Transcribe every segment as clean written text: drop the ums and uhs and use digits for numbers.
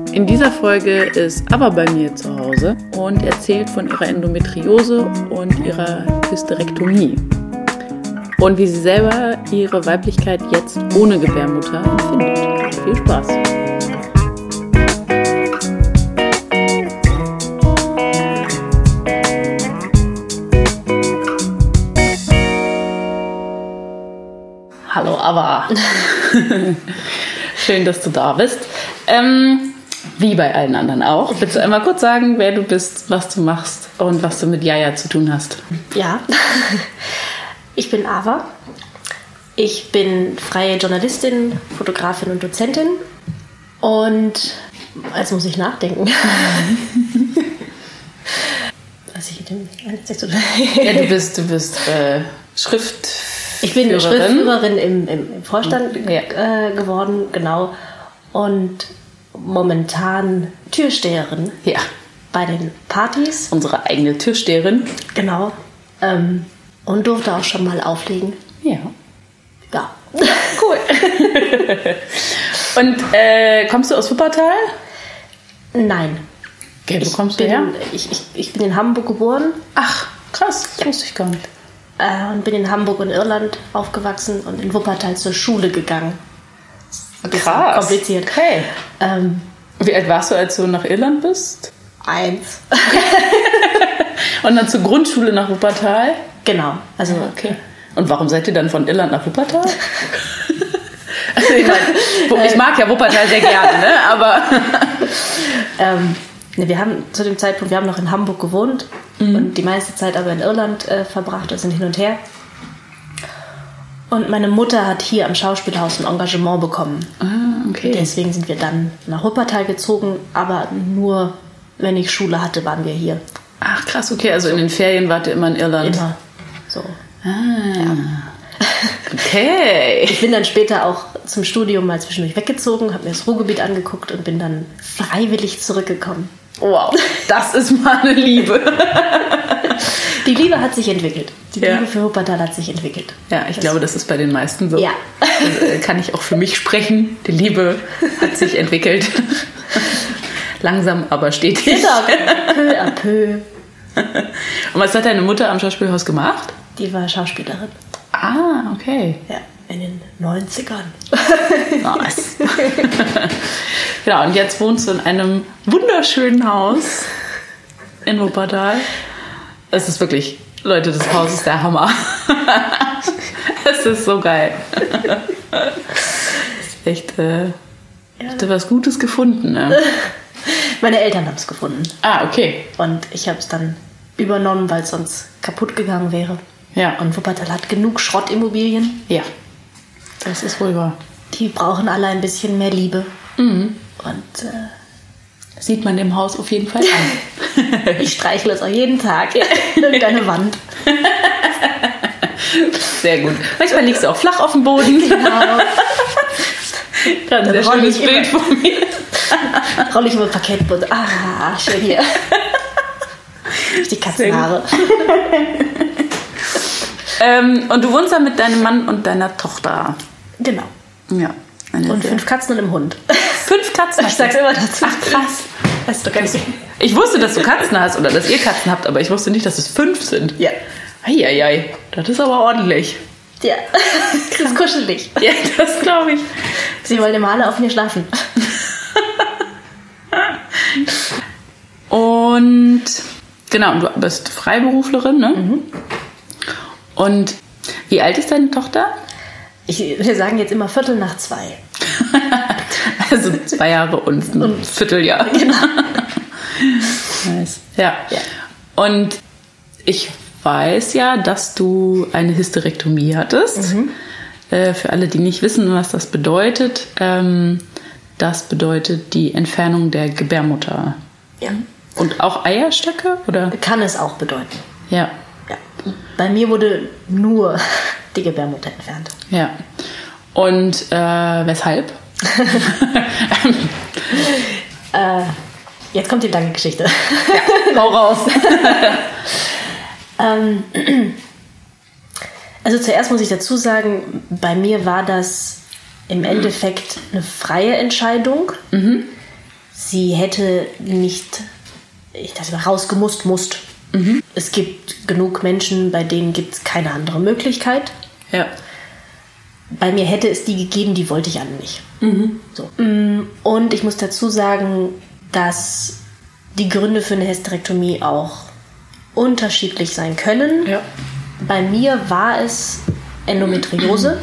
In dieser Folge ist Ava bei mir zu Hause und erzählt von ihrer Endometriose und ihrer Hysterektomie. Und wie sie selber ihre Weiblichkeit jetzt ohne Gebärmutter empfindet. Viel Spaß! Hallo Ava! Schön, dass du da bist. Wie bei allen anderen auch. Willst du einmal kurz sagen, wer du bist, was du machst und was du mit Jaja zu tun hast? Ja, ich bin Ava. Ich bin freie Journalistin, Fotografin und Dozentin. Und jetzt muss ich nachdenken. Was ich denn Ja, du bist Schriftführerin. Ich bin Schriftführerin im Vorstand geworden, genau. Und momentan Türsteherin bei den Partys. Unsere eigene Türsteherin. Genau. Und durfte auch schon mal auflegen. Ja. Ja. Cool. Und kommst du aus Wuppertal? Nein. Okay, wo kommst du her? Ich bin in Hamburg geboren. Ach, krass. Das wusste ich gar nicht. Und bin in Hamburg und Irland aufgewachsen und in Wuppertal zur Schule gegangen. Krass. Kompliziert. Okay. Wie alt warst du, als du nach Irland bist? 1. Und dann zur Grundschule nach Wuppertal? Genau. Also, okay. Und warum seid ihr dann von Irland nach Wuppertal? Also ich mag ja Wuppertal sehr gerne, ne? Aber wir haben zu dem Zeitpunkt, wir haben noch in Hamburg gewohnt und die meiste Zeit aber in Irland verbracht, also hin und her. Und meine Mutter hat hier am Schauspielhaus ein Engagement bekommen. Ah, okay. Deswegen sind wir dann nach Wuppertal gezogen, aber nur, wenn ich Schule hatte, waren wir hier. Ach krass, okay, also in den Ferien wart ihr immer in Irland? Immer, so. Ja. Okay. Ich bin dann später auch zum Studium mal zwischendurch weggezogen, habe mir das Ruhrgebiet angeguckt und bin dann freiwillig zurückgekommen. Wow, das ist mal eine Liebe. Die Liebe hat sich entwickelt. Die Liebe für Wuppertal hat sich entwickelt. Ja, ich glaube, das ist bei den meisten so. Ja. Das kann ich auch für mich sprechen. Die Liebe hat sich entwickelt. Langsam, aber stetig. Genau, peu à peu. Und was hat deine Mutter am Schauspielhaus gemacht? Die war Schauspielerin. Ah, okay. Ja, in den 90ern. Nice. Genau, und jetzt wohnst du in einem wunderschönen Haus in Wuppertal. Es ist wirklich, Leute, das Haus ist der Hammer. Es ist so geil. Es ist echt, hast du was Gutes gefunden, ne? Meine Eltern haben es gefunden. Ah, okay. Und ich habe es dann übernommen, weil es sonst kaputt gegangen wäre. Ja. Und Wuppertal hat genug Schrottimmobilien. Ja, das ist wohl wahr. Die brauchen alle ein bisschen mehr Liebe. Mhm. Und sieht man dem Haus auf jeden Fall an. ich streichle es auch jeden Tag. Irgendeine Wand. Sehr gut. Manchmal liegst du auch flach auf dem Boden. Genau. Dann ein sehr schönes Bild von mir. Rolle ich über Parkettboden. Ah, schön hier. Die Katzenhaare. Und du wohnst da mit deinem Mann und deiner Tochter. Genau. Ja. Und 5 Katzen und einem Hund. 5 Katzen? Ich sag's immer dazu. Ach, krass. Weißt du, kennst du? Ich wusste, dass du Katzen hast oder dass ihr Katzen habt, aber ich wusste nicht, dass es 5 sind. Ja. Eieiei, das ist aber ordentlich. Ja, das ist kuschelig. Ja, das glaube ich. Sie wollen immer alle auf mir schlafen. Und genau, du bist Freiberuflerin, ne? Mhm. Und wie alt ist deine Tochter? Wir sagen jetzt immer 1:45. Also 2 Jahre und ein Vierteljahr. Genau. Nice. Ja. Und ich weiß ja, dass du eine Hysterektomie hattest. Mhm. Für alle, die nicht wissen, was das bedeutet, das bedeutet die Entfernung der Gebärmutter. Ja. Und auch Eierstöcke, oder? Kann es auch bedeuten. Ja. Bei mir wurde nur die Gebärmutter entfernt. Ja. Und weshalb? Jetzt kommt die lange Geschichte. Ja, hau raus. Also zuerst muss ich dazu sagen, bei mir war das im Endeffekt eine freie Entscheidung. Mhm. sie hätte nicht, rausgemusst. Es gibt genug Menschen, bei denen gibt es keine andere Möglichkeit. Ja. Bei mir hätte es die gegeben, die wollte ich alle nicht. So. Und ich muss dazu sagen, dass die Gründe für eine Hysterektomie auch unterschiedlich sein können. Ja. Bei mir war es Endometriose.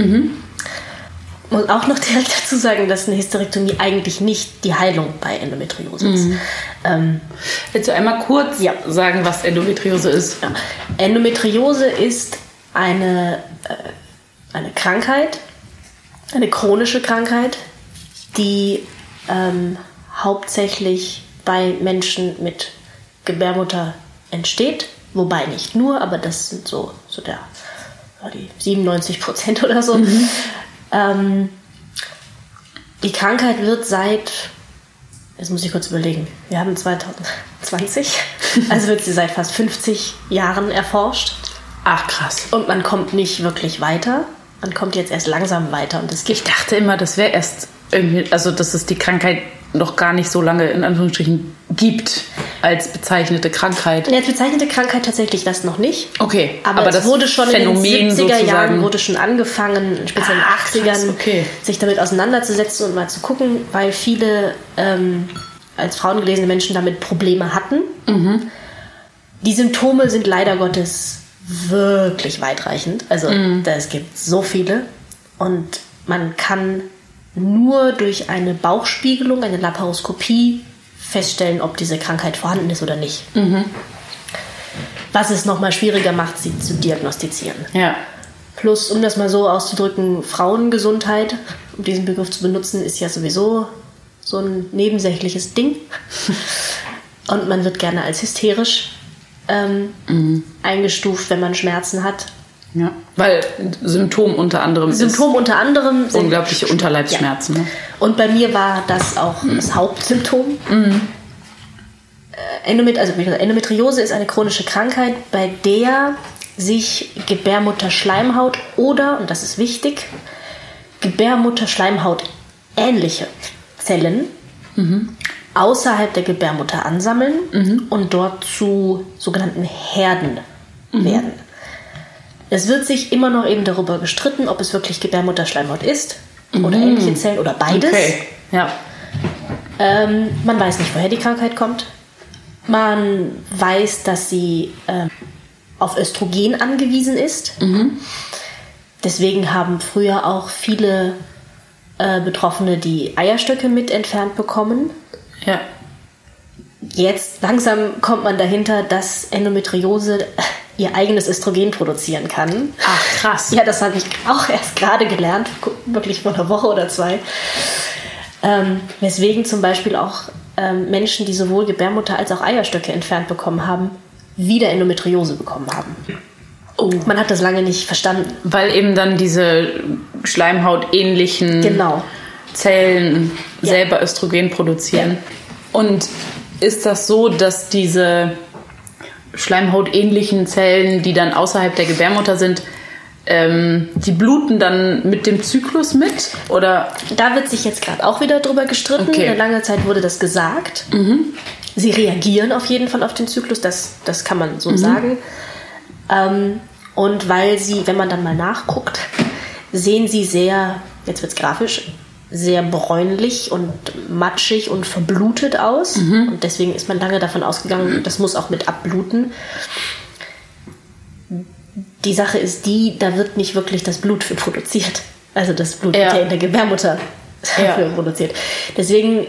Muss auch noch direkt dazu sagen, dass eine Hysterektomie eigentlich nicht die Heilung bei Endometriose ist. Willst du einmal kurz sagen, was Endometriose ist? Ja. Endometriose ist eine Krankheit, eine chronische Krankheit, die hauptsächlich bei Menschen mit Gebärmutter entsteht. Wobei nicht nur, aber das sind so die 97% oder so. Die Krankheit wird jetzt muss ich kurz überlegen, wir haben 2020, also wird sie seit fast 50 Jahren erforscht. Ach, krass. Und man kommt nicht wirklich weiter. Man kommt jetzt erst langsam weiter. Und ich dachte immer, das wäre erst irgendwie, also dass es die Krankheit noch gar nicht so lange in Anführungsstrichen gibt als bezeichnete Krankheit. Als bezeichnete Krankheit tatsächlich das noch nicht. Okay, aber es das wurde schon Phänomen in den 70er Jahren wurde schon angefangen, speziell in den 80ern, sich damit auseinanderzusetzen und mal zu gucken, weil viele als Frauen gelesene Menschen damit Probleme hatten. Die Symptome sind leider Gottes wirklich weitreichend. Also es gibt so viele. Und man kann nur durch eine Bauchspiegelung, eine Laparoskopie feststellen, ob diese Krankheit vorhanden ist oder nicht. Was es nochmal schwieriger macht, sie zu diagnostizieren. Ja. Plus, um das mal so auszudrücken, Frauengesundheit, um diesen Begriff zu benutzen, ist ja sowieso so ein nebensächliches Ding. Und man wird gerne als hysterisch eingestuft, wenn man Schmerzen hat. Ja, weil Symptom unter anderem sind unglaubliche Unterleibsschmerzen. Ja. Ne? Und bei mir war das auch das Hauptsymptom. Endometriose ist eine chronische Krankheit, bei der sich Gebärmutterschleimhaut oder, und das ist wichtig, Gebärmutterschleimhaut ähnliche Zellen außerhalb der Gebärmutter ansammeln und dort zu sogenannten Herden werden. Es wird sich immer noch eben darüber gestritten, ob es wirklich Gebärmutterschleimhaut ist oder ähnliche Zellen oder beides. Okay. Ja. Man weiß nicht, woher die Krankheit kommt. Man weiß, dass sie auf Östrogen angewiesen ist. Deswegen haben früher auch viele Betroffene die Eierstöcke mit entfernt bekommen. Ja. Jetzt langsam kommt man dahinter, dass Endometriose ihr eigenes Östrogen produzieren kann. Ach, krass. Ja, das habe ich auch erst gerade gelernt, wirklich vor einer Woche oder zwei. Weswegen zum Beispiel auch Menschen, die sowohl Gebärmutter als auch Eierstöcke entfernt bekommen haben, wieder Endometriose bekommen haben. Oh. Man hat das lange nicht verstanden. Weil eben dann diese schleimhautähnlichen Zellen selber Östrogen produzieren. Ja. Und ist das so, dass diese schleimhautähnlichen Zellen, die dann außerhalb der Gebärmutter sind, die bluten dann mit dem Zyklus mit? Oder? Da wird sich jetzt gerade auch wieder drüber gestritten. Okay. Eine lange Zeit wurde das gesagt. Sie reagieren auf jeden Fall auf den Zyklus, das kann man so sagen. Und weil sie, wenn man dann mal nachguckt, sehen sie sehr, jetzt wird es grafisch, sehr bräunlich und matschig und verblutet aus. Und deswegen ist man lange davon ausgegangen, das muss auch mit abbluten. Die Sache ist die, da wird nicht wirklich das Blut für produziert. Also das Blut wird ja in der Gebärmutter für produziert. Deswegen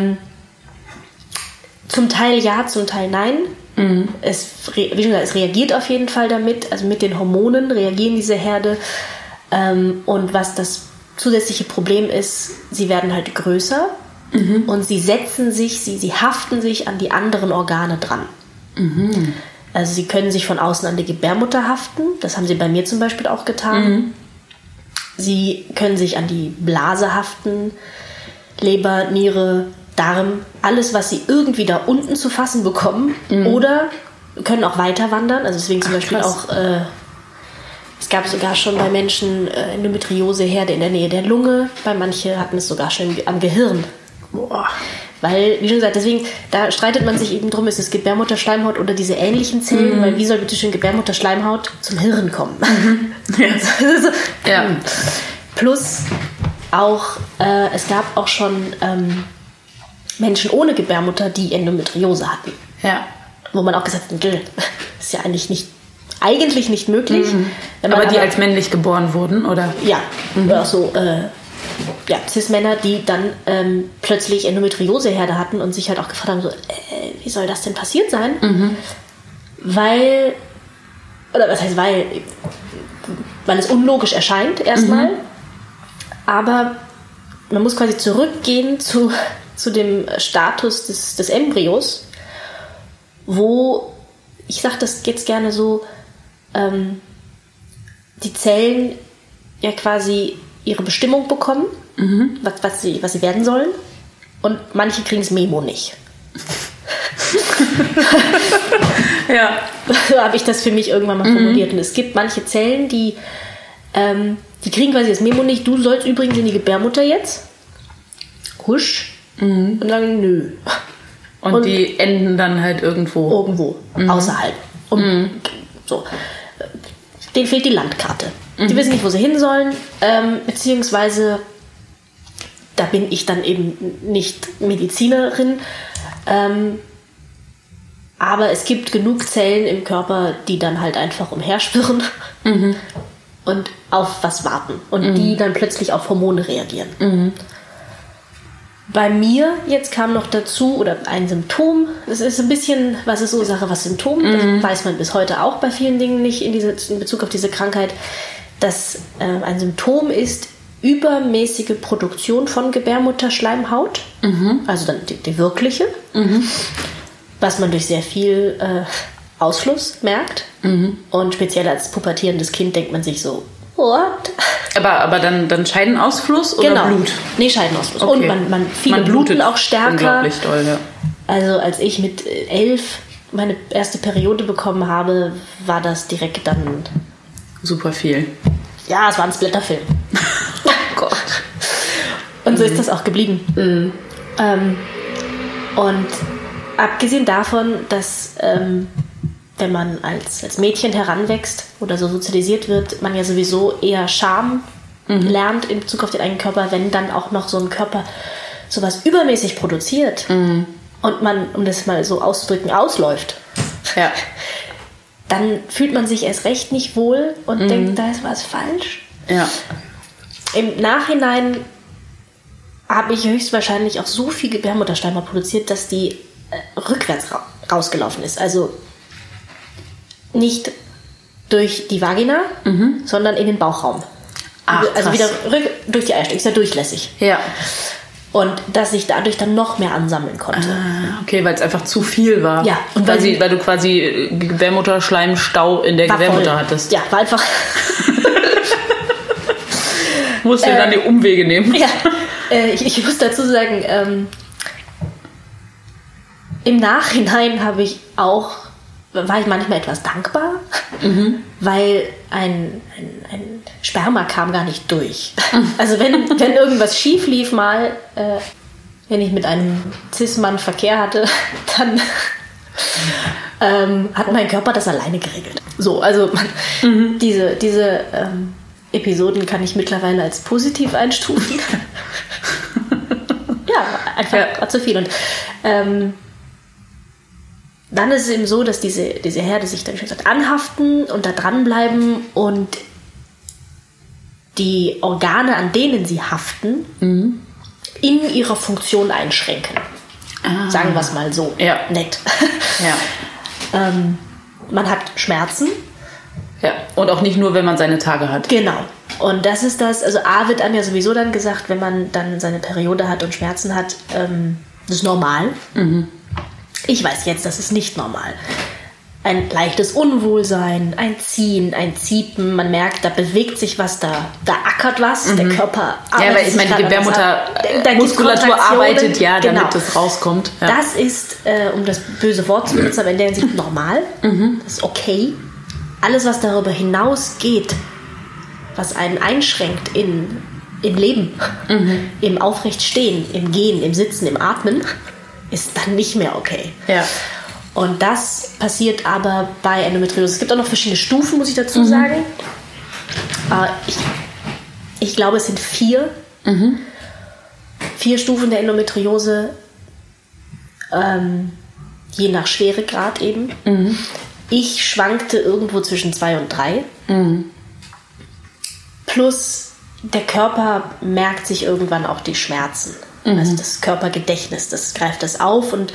zum Teil ja, zum Teil nein. Es reagiert auf jeden Fall damit. Also mit den Hormonen reagieren diese Herde. Und was das zusätzliche Problem ist, sie werden halt größer und sie haften sich an die anderen Organe dran. Also sie können sich von außen an die Gebärmutter haften. Das haben sie bei mir zum Beispiel auch getan. Sie können sich an die Blase haften, Leber, Niere, Darm, alles, was sie irgendwie da unten zu fassen bekommen. Oder können auch weiter wandern. Also deswegen zum Beispiel krass. auch, es gab sogar schon bei Menschen Endometrioseherde in der Nähe der Lunge. Bei manchen hatten es sogar schon am Gehirn. Boah. Weil, wie schon gesagt, deswegen, da streitet man sich eben drum, ist es Gebärmutterschleimhaut oder diese ähnlichen Zellen, weil wie soll bitte schön Gebärmutterschleimhaut zum Hirn kommen? Ja. Ja. Plus auch, es gab auch schon Menschen ohne Gebärmutter, die Endometriose hatten. Ja. Wo man auch gesagt hat, ist ja eigentlich nicht möglich. Aber die als männlich geboren wurden, oder? Ja, oder auch so Cis-Männer, die dann plötzlich Endometrioseherde hatten und sich halt auch gefragt haben, so, wie soll das denn passiert sein? Weil es unlogisch erscheint erstmal, aber man muss quasi zurückgehen zu dem Status des Embryos, wo, ich sage das jetzt gerne so, die Zellen ja quasi ihre Bestimmung bekommen, was sie werden sollen, und manche kriegen es Memo nicht. Ja. So habe ich das für mich irgendwann mal formuliert. Und es gibt manche Zellen, die kriegen quasi das Memo nicht. Du sollst übrigens in die Gebärmutter jetzt. Husch. Und sagen, nö. Und die enden dann halt irgendwo. Außerhalb. Und so. Denen fehlt die Landkarte. Die wissen nicht, wo sie hin sollen. Beziehungsweise, da bin ich dann eben nicht Medizinerin. Aber es gibt genug Zellen im Körper, die dann halt einfach umherschwirren und auf was warten. Und die dann plötzlich auf Hormone reagieren. Bei mir jetzt kam noch dazu, oder ein Symptom, das ist ein bisschen, was ist Ursache, was Symptom, das weiß man bis heute auch bei vielen Dingen nicht in Bezug auf diese Krankheit, dass ein Symptom ist übermäßige Produktion von Gebärmutterschleimhaut, also dann die wirkliche, was man durch sehr viel Ausfluss merkt. Und speziell als pubertierendes Kind denkt man sich so, what? Aber dann Scheidenausfluss oder Blut? Nee, Scheidenausfluss. Okay. Und viele bluten auch stärker. Unglaublich doll, ja. Also als ich mit 11 meine erste Periode bekommen habe, war das direkt dann... Super viel. Ja, es war ein Splatterfilm. Oh Gott. Und so ist das auch geblieben. Und abgesehen davon, dass wenn man als Mädchen heranwächst oder so sozialisiert wird, man ja sowieso eher Scham lernt in Bezug auf den eigenen Körper, wenn dann auch noch so ein Körper sowas übermäßig produziert und man, um das mal so auszudrücken, ausläuft, dann fühlt man sich erst recht nicht wohl und denkt, da ist was falsch. Ja. Im Nachhinein habe ich höchstwahrscheinlich auch so viel Gebärmutterschleimhaut produziert, dass die rückwärts rausgelaufen ist. Also nicht durch die Vagina, sondern in den Bauchraum. Ach, also wieder durch die Eierstöcke. Ist ja durchlässig. Ja. Und dass ich dadurch dann noch mehr ansammeln konnte. Okay, weil es einfach zu viel war. Ja. Und weil du quasi Gebärmutterschleimstau in der Gebärmutter hattest. Ja, war einfach... Musst du dann die Umwege nehmen. Ja, ich muss dazu sagen, im Nachhinein war ich manchmal etwas dankbar, weil ein Sperma kam gar nicht durch. Also wenn irgendwas schief lief mal, wenn ich mit einem Cis-Mann Verkehr hatte, dann hat mein Körper das alleine geregelt. So, also diese Episoden kann ich mittlerweile als positiv einstufen. Ja, einfach zu viel. Und dann ist es eben so, dass diese Herde sich dann, wie gesagt, anhaften und da dranbleiben und die Organe, an denen sie haften, in ihrer Funktion einschränken. Sagen wir es mal so. Ja. Nett. Ja. Man hat Schmerzen. Ja, und auch nicht nur, wenn man seine Tage hat. Genau. Und das ist das, also A wird einem ja sowieso dann gesagt, wenn man dann seine Periode hat und Schmerzen hat, das ist normal. Ich weiß jetzt, das ist nicht normal. Ein leichtes Unwohlsein, ein Ziehen, ein Ziepen, man merkt, da bewegt sich was, da ackert was, der Körper arbeitet. Ja, weil ich meine, die Gebärmuttermuskulatur arbeitet damit es rauskommt. Ja. Das ist, um das böse Wort zu benutzen, aber in der Hinsicht normal. Das ist okay. Alles, was darüber hinausgeht, was einen einschränkt im Leben, im Aufrechtstehen, im Gehen, im Sitzen, im Atmen, ist dann nicht mehr okay. Ja. Und das passiert aber bei Endometriose. Es gibt auch noch verschiedene Stufen, muss ich dazu sagen. Ich glaube, es sind 4. 4 Stufen der Endometriose, je nach Schweregrad eben. Ich schwankte irgendwo zwischen 2 und 3. Plus der Körper merkt sich irgendwann auch die Schmerzen. Also das Körpergedächtnis, das greift das auf und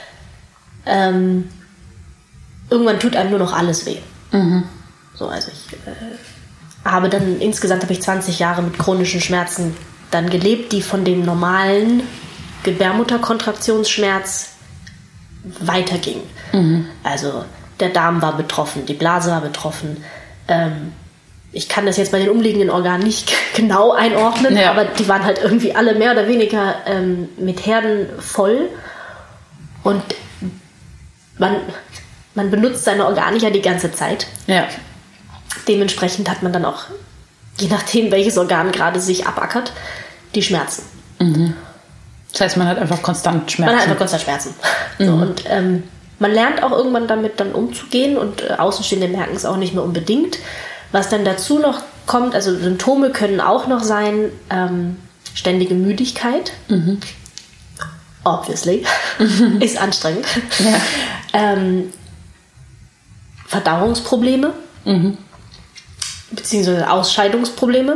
irgendwann tut einem nur noch alles weh. So, also ich habe dann, insgesamt habe ich 20 Jahre mit chronischen Schmerzen dann gelebt, die von dem normalen Gebärmutterkontraktionsschmerz weitergingen. Also der Darm war betroffen, die Blase war betroffen. Ich kann das jetzt bei den umliegenden Organen nicht genau einordnen, aber die waren halt irgendwie alle mehr oder weniger mit Herden voll. Und man benutzt seine Organe ja die ganze Zeit. Ja. Dementsprechend hat man dann auch, je nachdem, welches Organ gerade sich abackert, die Schmerzen. Das heißt, man hat einfach konstant Schmerzen. Man hat einfach konstant Schmerzen. So, und man lernt auch irgendwann damit dann umzugehen und Außenstehende merken es auch nicht mehr unbedingt. Was dann dazu noch kommt, also Symptome können auch noch sein, ständige Müdigkeit. Obviously. Ist anstrengend. Ja. Verdauungsprobleme. Beziehungsweise Ausscheidungsprobleme.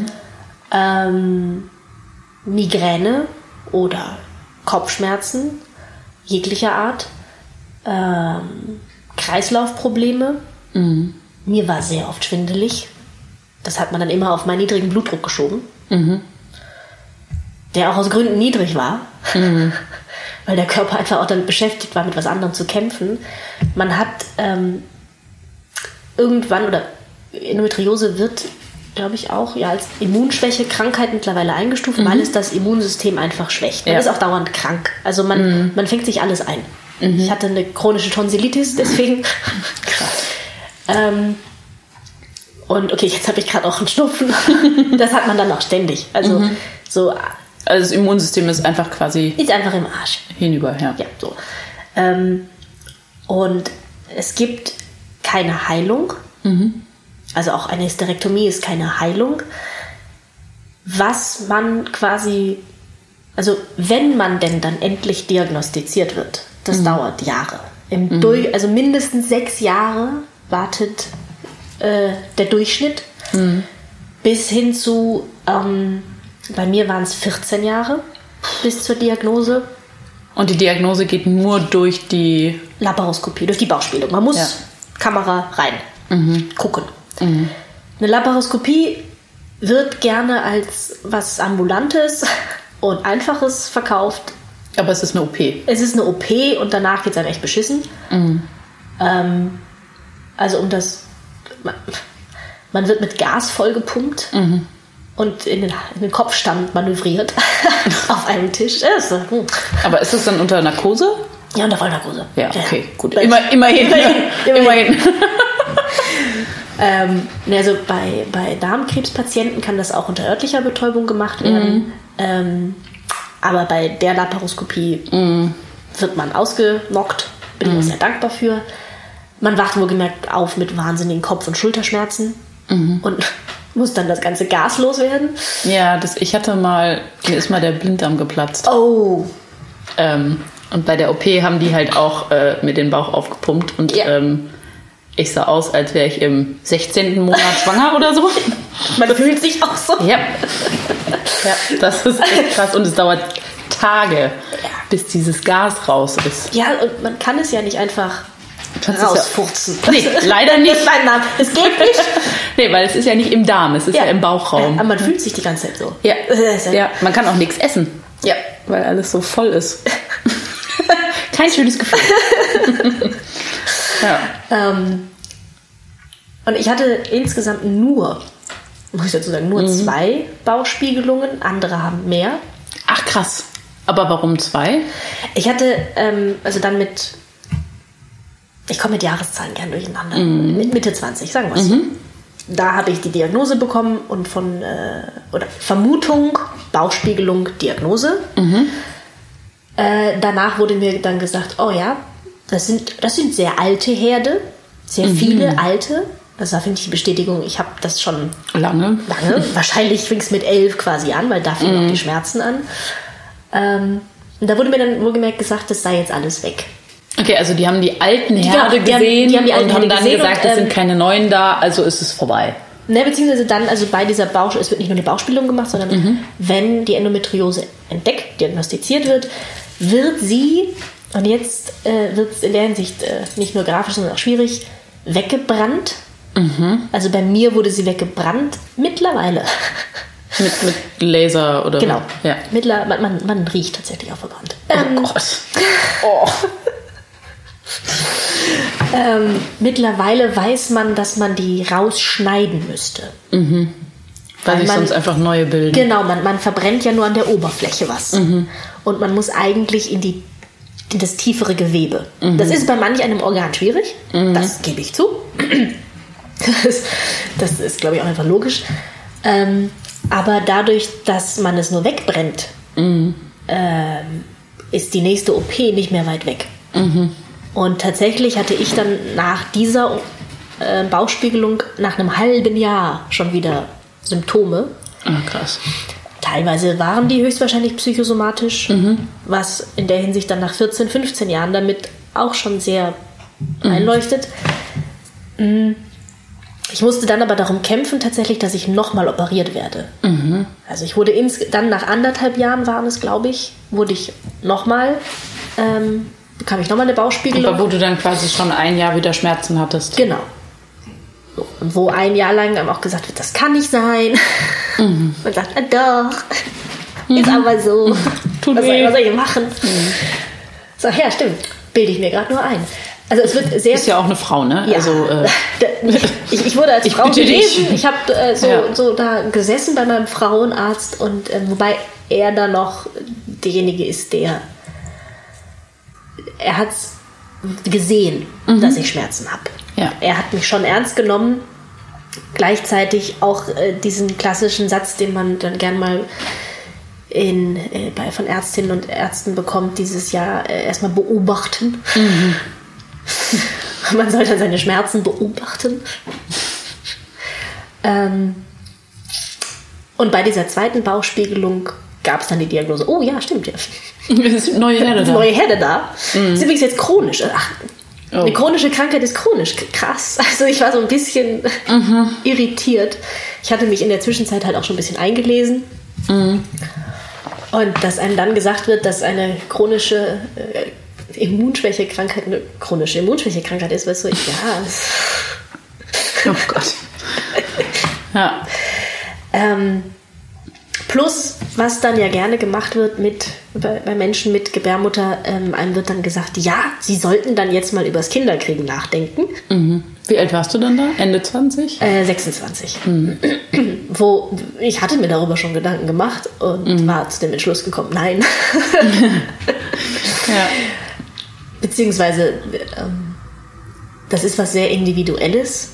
Migräne oder Kopfschmerzen jeglicher Art. Kreislaufprobleme. Mir war sehr oft schwindelig. Das hat man dann immer auf meinen niedrigen Blutdruck geschoben. Der auch aus Gründen niedrig war. Weil der Körper einfach auch damit beschäftigt war, mit was anderem zu kämpfen. Man hat irgendwann, oder Endometriose wird, glaube ich, auch als Immunschwäche-Krankheit mittlerweile eingestuft, weil es das Immunsystem einfach schwächt. Man ist auch dauernd krank. Also man fängt sich alles ein. Ich hatte eine chronische Tonsillitis, deswegen. Krass. Und okay, jetzt habe ich gerade auch einen Schnupfen. Das hat man dann auch ständig. Also so. Also das Immunsystem ist einfach quasi... Ist einfach im Arsch. Hinüber, ja. Ja, so. Und es gibt keine Heilung. Also auch eine Hysterektomie ist keine Heilung. Was man quasi... Also wenn man denn dann endlich diagnostiziert wird, das dauert Jahre. Also mindestens 6 Jahre wartet der Durchschnitt. Bis hin zu... bei mir waren es 14 Jahre bis zur Diagnose. Und die Diagnose geht nur durch die... Laparoskopie, durch die Bauchspiegelung. Man muss Kamera rein, gucken. Eine Laparoskopie wird gerne als was Ambulantes und Einfaches verkauft. Aber es ist eine OP. Es ist eine OP und danach geht es dann echt beschissen. Also um das... Man wird mit Gas vollgepumpt. Und in den Kopfstand manövriert auf einem Tisch. Aber ist das dann unter Narkose? Ja, unter Vollnarkose. Ja, okay, gut. Immerhin. Also bei Darmkrebspatienten kann das auch unter örtlicher Betäubung gemacht werden. Aber bei der Laparoskopie wird man ausgenockt. Bin ich auch sehr dankbar für. Man wacht wohlgemerkt auf mit wahnsinnigen Kopf- und Schulterschmerzen. Und muss dann das ganze Gas loswerden. Ja, mir ist mal der Blinddarm geplatzt. Oh. Und bei der OP haben die halt auch mir den Bauch aufgepumpt. Und ich sah aus, als wäre ich im 16. Monat schwanger oder so. Man fühlt sich auch so. Ja, das ist echt krass. Und es dauert Tage, bis dieses Gas raus ist. Ja, und man kann es ja nicht einfach rausfurzen. Nee, leider nicht. Nein, es geht nicht. Nee, weil es ist ja nicht im Darm, es ist ja im Bauchraum. Ja, aber man fühlt sich die ganze Zeit so. Ja, man kann auch nichts essen. Ja. Weil alles so voll ist. Kein schönes Gefühl. Und ich hatte insgesamt nur 2 Bauchspiegelungen. Andere haben mehr. Ach, krass. Aber warum 2? Ich hatte, ich komme mit Jahreszahlen gern durcheinander. Mit Mitte 20, sagen wir es so. Da habe ich die Diagnose bekommen und oder Vermutung, Bauchspiegelung, Diagnose. Danach wurde mir dann gesagt, oh ja, das sind sehr alte Herde, sehr viele alte. Das war, finde ich, die Bestätigung, ich habe das schon Lange. Wahrscheinlich fing es mit 11 quasi an, weil da fingen auch die Schmerzen an. Und da wurde mir dann wohlgemerkt gesagt, das sei jetzt alles weg. Okay, also die haben die alten Herde gesehen die haben und dann gesagt, es sind und, keine neuen da, also ist es vorbei. Ne, beziehungsweise dann, also bei dieser es wird nicht nur eine Bauchspiegelung gemacht, sondern wenn die Endometriose entdeckt, diagnostiziert wird sie, und jetzt wird es in der Hinsicht nicht nur grafisch, sondern auch schwierig, weggebrannt. Also bei mir wurde sie weggebrannt, mittlerweile. Mit Laser oder? Genau. Ja. Man riecht tatsächlich auch verbrannt. Oh Gott. Oh. Mittlerweile weiß man, dass man die rausschneiden müsste. Weil sich sonst einfach neue bilden. Genau, man verbrennt ja nur an der Oberfläche was. Und man muss eigentlich in das tiefere Gewebe. Das ist bei manch einem Organ schwierig, das gebe ich zu. Das ist, glaube ich, auch einfach logisch. Aber dadurch, dass man es nur wegbrennt, ist die nächste OP nicht mehr weit weg. Und tatsächlich hatte ich dann nach dieser Bauchspiegelung nach einem halben Jahr schon wieder Symptome. Ah, krass. Teilweise waren die höchstwahrscheinlich psychosomatisch, was in der Hinsicht dann nach 14, 15 Jahren damit auch schon sehr einleuchtet. Ich musste dann aber darum kämpfen, tatsächlich, dass ich nochmal operiert werde. Also ich wurde dann nach 1,5 Jahren waren es, glaube ich, bekam ich nochmal eine Bauchspiegelung. Aber wo du dann quasi schon ein Jahr wieder Schmerzen hattest. Genau. So, und wo ein Jahr lang einem auch gesagt wird, das kann nicht sein. Man sagt, doch, ist aber so. Tut was weh. soll ich machen? So, ja, stimmt. Bilde ich mir gerade nur ein. Also es wird sehr... Ist ja auch eine Frau, ne? Ja. Also, ich wurde als Frau bitte dich. gelesen. Ich habe so da gesessen bei meinem Frauenarzt und wobei er da noch derjenige ist, er hat es gesehen, dass ich Schmerzen habe. Ja. Er hat mich schon ernst genommen. Gleichzeitig auch diesen klassischen Satz, den man dann gern mal von Ärztinnen und Ärzten bekommt, dieses Jahr erstmal beobachten. Man soll dann seine Schmerzen beobachten. Und bei dieser zweiten Bauchspiegelung gab es dann die Diagnose, oh ja, stimmt ja. Es sind neue Herde da. Neue Herde da. Ist übrigens jetzt chronisch. Ach, eine chronische Krankheit ist chronisch. Krass. Also ich war so ein bisschen irritiert. Ich hatte mich in der Zwischenzeit halt auch schon ein bisschen eingelesen. Und dass einem dann gesagt wird, dass eine chronische Immunschwächekrankheit eine chronische Immunschwächekrankheit ist, weißt du, Oh Gott. Ja. Plus, was dann ja gerne gemacht wird bei Menschen mit Gebärmutter, einem wird dann gesagt, ja, sie sollten dann jetzt mal übers Kinderkriegen nachdenken. Wie alt warst du dann da? Ende 20? 26. Wo ich hatte mir darüber schon Gedanken gemacht und war zu dem Entschluss gekommen, nein. Ja. Beziehungsweise, das ist was sehr Individuelles.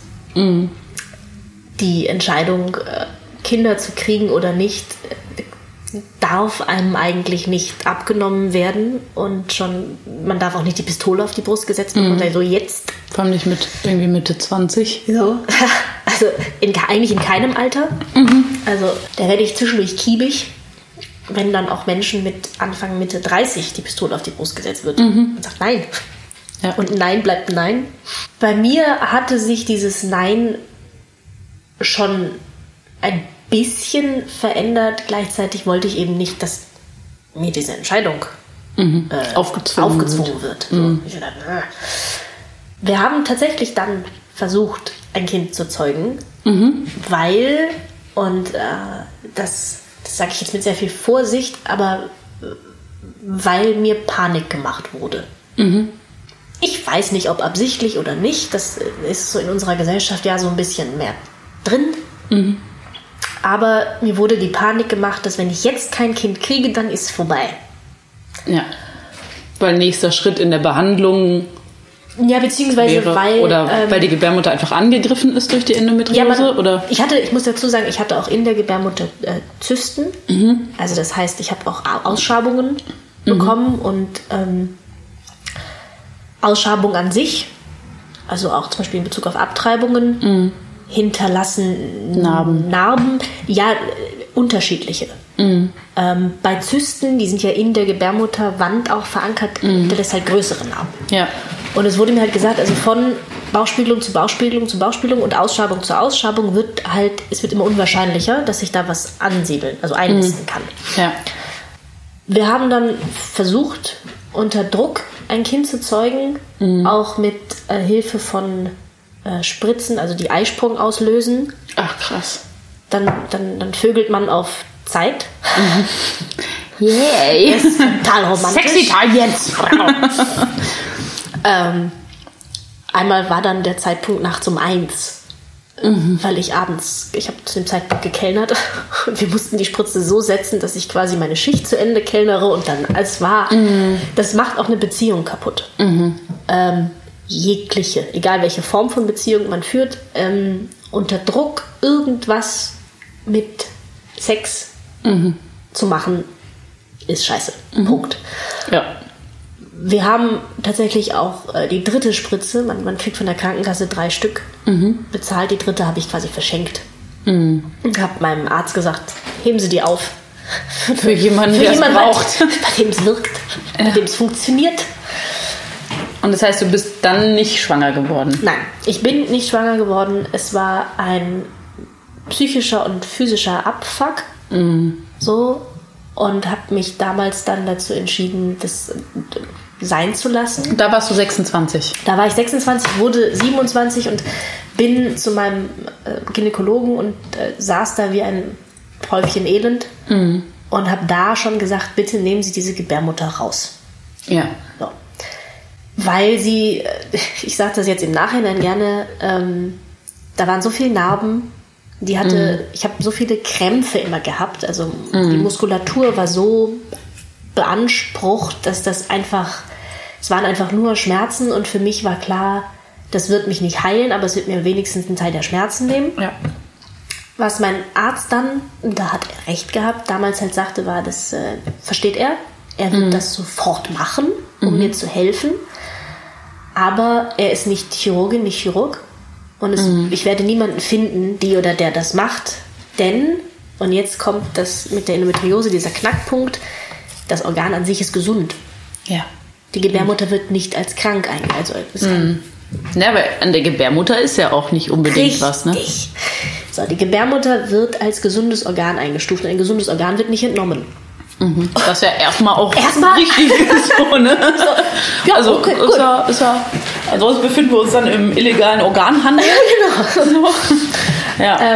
Die Entscheidung, Kinder zu kriegen oder nicht, darf einem eigentlich nicht abgenommen werden und man darf auch nicht die Pistole auf die Brust gesetzt bekommen, so jetzt. Vor allem nicht mit irgendwie Mitte 20. So. Also eigentlich in keinem Alter. Also da werde ich zwischendurch kiebig, wenn dann auch Menschen mit Anfang, Mitte 30 die Pistole auf die Brust gesetzt wird und sagt Nein. Ja. Und Nein bleibt Nein. Bei mir hatte sich dieses Nein schon ein bisschen verändert. Gleichzeitig wollte ich eben nicht, dass mir diese Entscheidung aufgezwungen wird. So. Ich dachte, wir haben tatsächlich dann versucht, ein Kind zu zeugen, weil, und das sage ich jetzt mit sehr viel Vorsicht, aber weil mir Panik gemacht wurde. Ich weiß nicht, ob absichtlich oder nicht. Das ist so in unserer Gesellschaft ja so ein bisschen mehr drin. Aber mir wurde die Panik gemacht, dass wenn ich jetzt kein Kind kriege, dann ist es vorbei. Ja. Weil nächster Schritt in der Behandlung ja, beziehungsweise wäre, weil die Gebärmutter einfach angegriffen ist durch die Endometriose? Oder? Ich muss dazu sagen, ich hatte auch in der Gebärmutter Zysten. Also das heißt, ich habe auch Ausschabungen bekommen und Ausschabung an sich, also auch zum Beispiel in Bezug auf Abtreibungen, hinterlassen Narben, ja, unterschiedliche. Bei Zysten, die sind ja in der Gebärmutterwand auch verankert, hinterlässt halt größere Narben. Ja. Und es wurde mir halt gesagt, also von Bauchspiegelung zu Bauchspiegelung zu Bauchspiegelung und Ausschabung zu Ausschabung es wird immer unwahrscheinlicher, dass sich da was ansiedeln, also einnisten kann. Ja. Wir haben dann versucht, unter Druck ein Kind zu zeugen, auch mit Hilfe von Spritzen, also die Eisprung auslösen. Ach, krass. Dann vögelt man auf Zeit. Yay! Das ist total romantisch. Sexy time jetzt! Einmal war dann der Zeitpunkt nachts um 1, weil ich habe zu dem Zeitpunkt gekellnert und wir mussten die Spritze so setzen, dass ich quasi meine Schicht zu Ende kellnere und dann das macht auch eine Beziehung kaputt. Jegliche, egal welche Form von Beziehung man führt, unter Druck irgendwas mit Sex zu machen, ist scheiße. Punkt. Ja. Wir haben tatsächlich auch die dritte Spritze, man kriegt von der Krankenkasse 3 Stück bezahlt, die dritte habe ich quasi verschenkt. Und habe meinem Arzt gesagt, heben Sie die auf. Für jemanden, der es braucht. Bei dem es wirkt, bei dem es funktioniert. Und das heißt, du bist dann nicht schwanger geworden? Nein, ich bin nicht schwanger geworden. Es war ein psychischer und physischer Abfuck. So. Und habe mich damals dann dazu entschieden, das sein zu lassen. Da warst du 26? Da war ich 26, wurde 27 und bin zu meinem Gynäkologen und saß da wie ein Häufchen Elend und habe da schon gesagt, bitte nehmen Sie diese Gebärmutter raus. Ja. So. Weil sie, ich sage das jetzt im Nachhinein gerne, da waren so viele Narben, ich habe so viele Krämpfe immer gehabt, also die Muskulatur war so beansprucht, dass es waren einfach nur Schmerzen und für mich war klar, das wird mich nicht heilen, aber es wird mir wenigstens einen Teil der Schmerzen nehmen. Ja. Was mein Arzt dann, und da hat er recht gehabt, damals halt sagte, war, das versteht er wird das sofort machen, um mir zu helfen, aber er ist nicht Chirurgin, nicht Chirurg. Und ich werde niemanden finden, die oder der das macht. Denn, und jetzt kommt das mit der Endometriose, dieser Knackpunkt, das Organ an sich ist gesund. Ja. Die Gebärmutter wird nicht als krank eingestuft. Ja, aber an der Gebärmutter ist ja auch nicht unbedingt richtig was, ne? So, die Gebärmutter wird als gesundes Organ eingestuft. Und ein gesundes Organ wird nicht entnommen. Das ist ja erstmal auch richtig so, ne? So, ja, also, okay, ansonsten befinden wir uns dann im illegalen Organhandel. Ja, genau. So. Ja.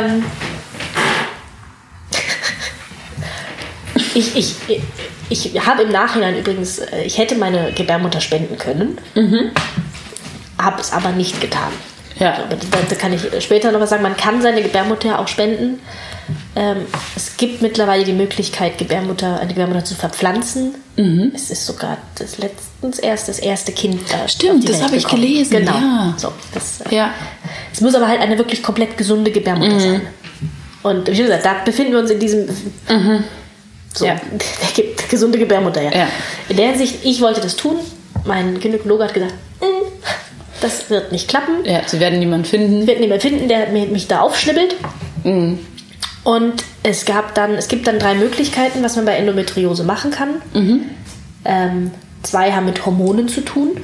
Ich habe im Nachhinein übrigens, ich hätte meine Gebärmutter spenden können, habe es aber nicht getan. Ja. Da kann ich später noch was sagen. Man kann seine Gebärmutter auch spenden. Es gibt mittlerweile die Möglichkeit, eine Gebärmutter zu verpflanzen. Es ist sogar das erste Kind da. Stimmt, das habe ich gelesen. Genau. Ja. So, es muss aber halt eine wirklich komplett gesunde Gebärmutter sein. Und wie gesagt, da befinden wir uns in diesem der gesunde Gebärmutter. Ja. In der Hinsicht, ich wollte das tun. Mein Gynäkologe hat gesagt, das wird nicht klappen. Ja, sie werden niemanden finden. Der mich da aufschnibbelt. Und es gibt dann 3 Möglichkeiten, was man bei Endometriose machen kann. 2 haben mit Hormonen zu tun.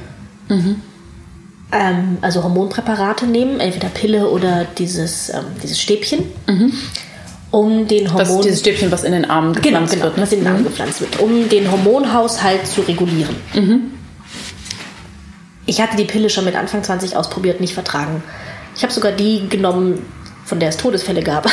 Also Hormonpräparate nehmen, entweder Pille oder dieses Stäbchen. Um den dieses Stäbchen, was in den Arm gepflanzt wird. Ne? Was in den Arm gepflanzt wird, um den Hormonhaushalt zu regulieren. Ich hatte die Pille schon mit Anfang 20 ausprobiert, nicht vertragen. Ich habe sogar die genommen, von der es Todesfälle gab.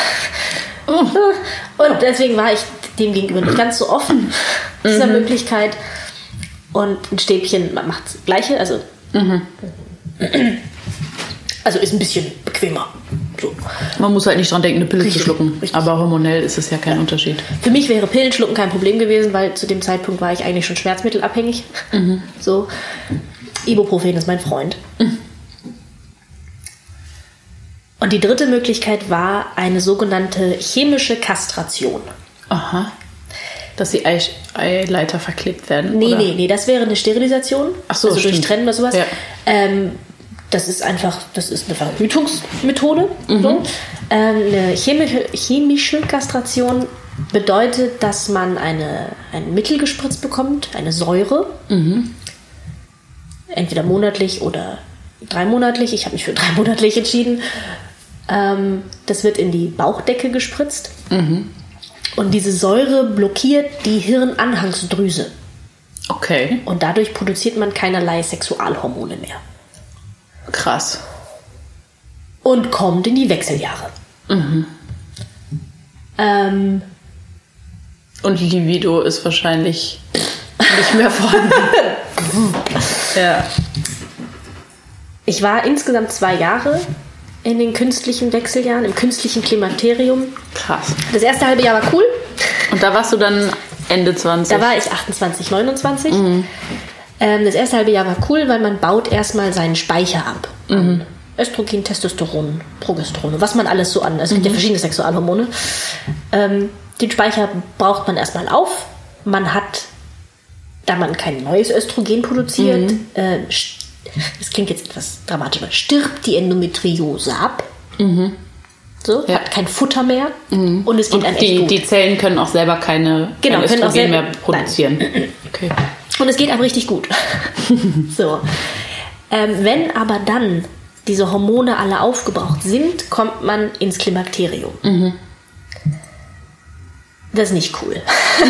Und deswegen war ich dem gegenüber nicht ganz so offen, dieser Möglichkeit. Und ein Stäbchen macht das Gleiche, also ist ein bisschen bequemer. So. Man muss halt nicht dran denken, eine Pille zu schlucken. Richtig. Aber hormonell ist es ja kein Unterschied. Für mich wäre Pillenschlucken kein Problem gewesen, weil zu dem Zeitpunkt war ich eigentlich schon schmerzmittelabhängig. So. Ibuprofen ist mein Freund. Und die dritte Möglichkeit war eine sogenannte chemische Kastration. Aha. Dass die Eileiter verklebt werden? Nee, das wäre eine Sterilisation. Ach so, also durch Trennen oder sowas. Ja. Das ist eine Verhütungsmethode. So. Eine chemische Kastration bedeutet, dass man ein Mittel gespritzt bekommt, eine Säure. Entweder monatlich oder 3-monatlich. Ich habe mich für 3-monatlich entschieden. Das wird in die Bauchdecke gespritzt. Und diese Säure blockiert die Hirnanhangsdrüse. Okay. Und dadurch produziert man keinerlei Sexualhormone mehr. Krass. Und kommt in die Wechseljahre. Und Libido ist wahrscheinlich nicht mehr vorhanden. Ja. Ich war insgesamt 2 Jahre in den künstlichen Wechseljahren, im künstlichen Klimakterium. Krass. Das erste halbe Jahr war cool. Und da warst du dann Ende 20? Da war ich 28, 29. Das erste halbe Jahr war cool, weil man baut erstmal seinen Speicher ab. Östrogen, Testosteron, Progesteron, was man alles so an. Es gibt ja verschiedene Sexualhormone. Den Speicher braucht man erstmal auf. Man hat, da man kein neues Östrogen produziert, das klingt jetzt etwas dramatischer, stirbt die Endometriose ab. So, Ja. hat kein Futter mehr und es geht einem echt gut. Die Zellen können auch selber kein können auch Östrogen selber- mehr produzieren. Okay. Und es geht einem richtig gut. So. Wenn aber dann diese Hormone alle aufgebraucht sind, kommt man ins Klimakterium. Das ist nicht cool.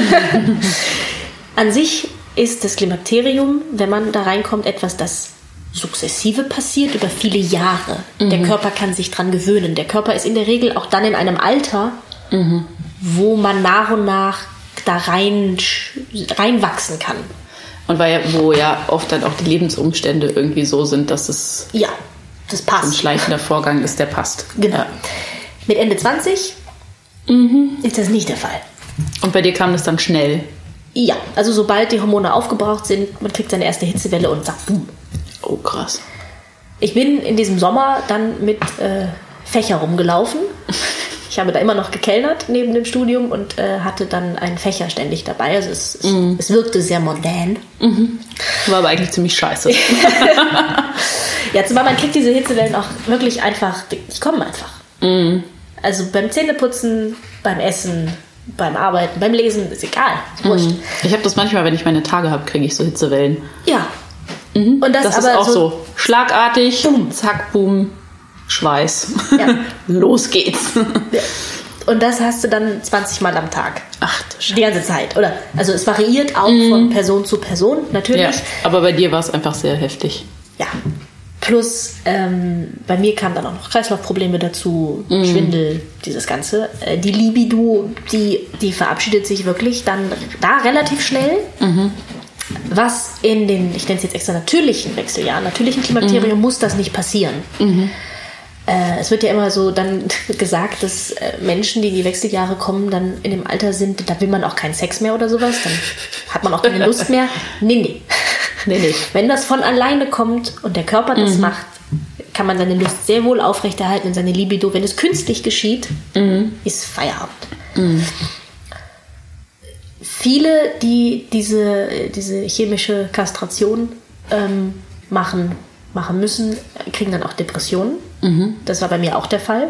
An sich ist das Klimakterium, wenn man da reinkommt, etwas, das sukzessive passiert über viele Jahre. Der Körper kann sich dran gewöhnen. Der Körper ist in der Regel auch dann in einem Alter, wo man nach und nach da reinwachsen kann. Und wo ja oft dann auch die Lebensumstände irgendwie so sind, dass es Ja, das ein passt. schleichender Vorgang ist, der passt. Genau. Ja. Mit Ende 20 ist das nicht der Fall. Und bei dir kam das dann schnell? Ja, also sobald die Hormone aufgebraucht sind, man kriegt seine erste Hitzewelle und zack, boom. Oh, krass. Ich bin in diesem Sommer dann mit Fächer rumgelaufen. Ich habe da immer noch gekellnert neben dem Studium und hatte dann einen Fächer ständig dabei. Also es wirkte sehr modern. War aber eigentlich ziemlich scheiße. Ja, zumal man kriegt diese Hitzewellen auch wirklich einfach, die kommen einfach. Also beim Zähneputzen, beim Essen, beim Arbeiten, beim Lesen, ist egal, ist wurscht. Ich habe das manchmal, wenn ich meine Tage habe, kriege ich so Hitzewellen. Ja. Und Das ist aber auch so schlagartig, zack, boom, Schweiß. Ja. Los geht's. Und das hast du dann 20 Mal am Tag. Ach du Scheiße. Die ganze Zeit, oder? Also es variiert auch von Person zu Person, natürlich. Ja, aber bei dir war es einfach sehr heftig. Ja. Plus, bei mir kamen dann auch noch Kreislaufprobleme dazu, Schwindel, dieses Ganze. Die Libido, die verabschiedet sich wirklich dann da relativ schnell. Was in den, ich nenne es jetzt extra natürlichen Wechseljahren, natürlichen Klimakterium muss das nicht passieren. Es wird ja immer so dann gesagt, dass Menschen, die in die Wechseljahre kommen, dann in dem Alter sind, da will man auch keinen Sex mehr oder sowas, dann hat man auch keine Lust mehr. Nee. Wenn das von alleine kommt und der Körper das macht, kann man seine Lust sehr wohl aufrechterhalten und seine Libido. Wenn es künstlich geschieht, ist Feierabend. Viele, die diese chemische Kastration machen müssen, kriegen dann auch Depressionen. Das war bei mir auch der Fall.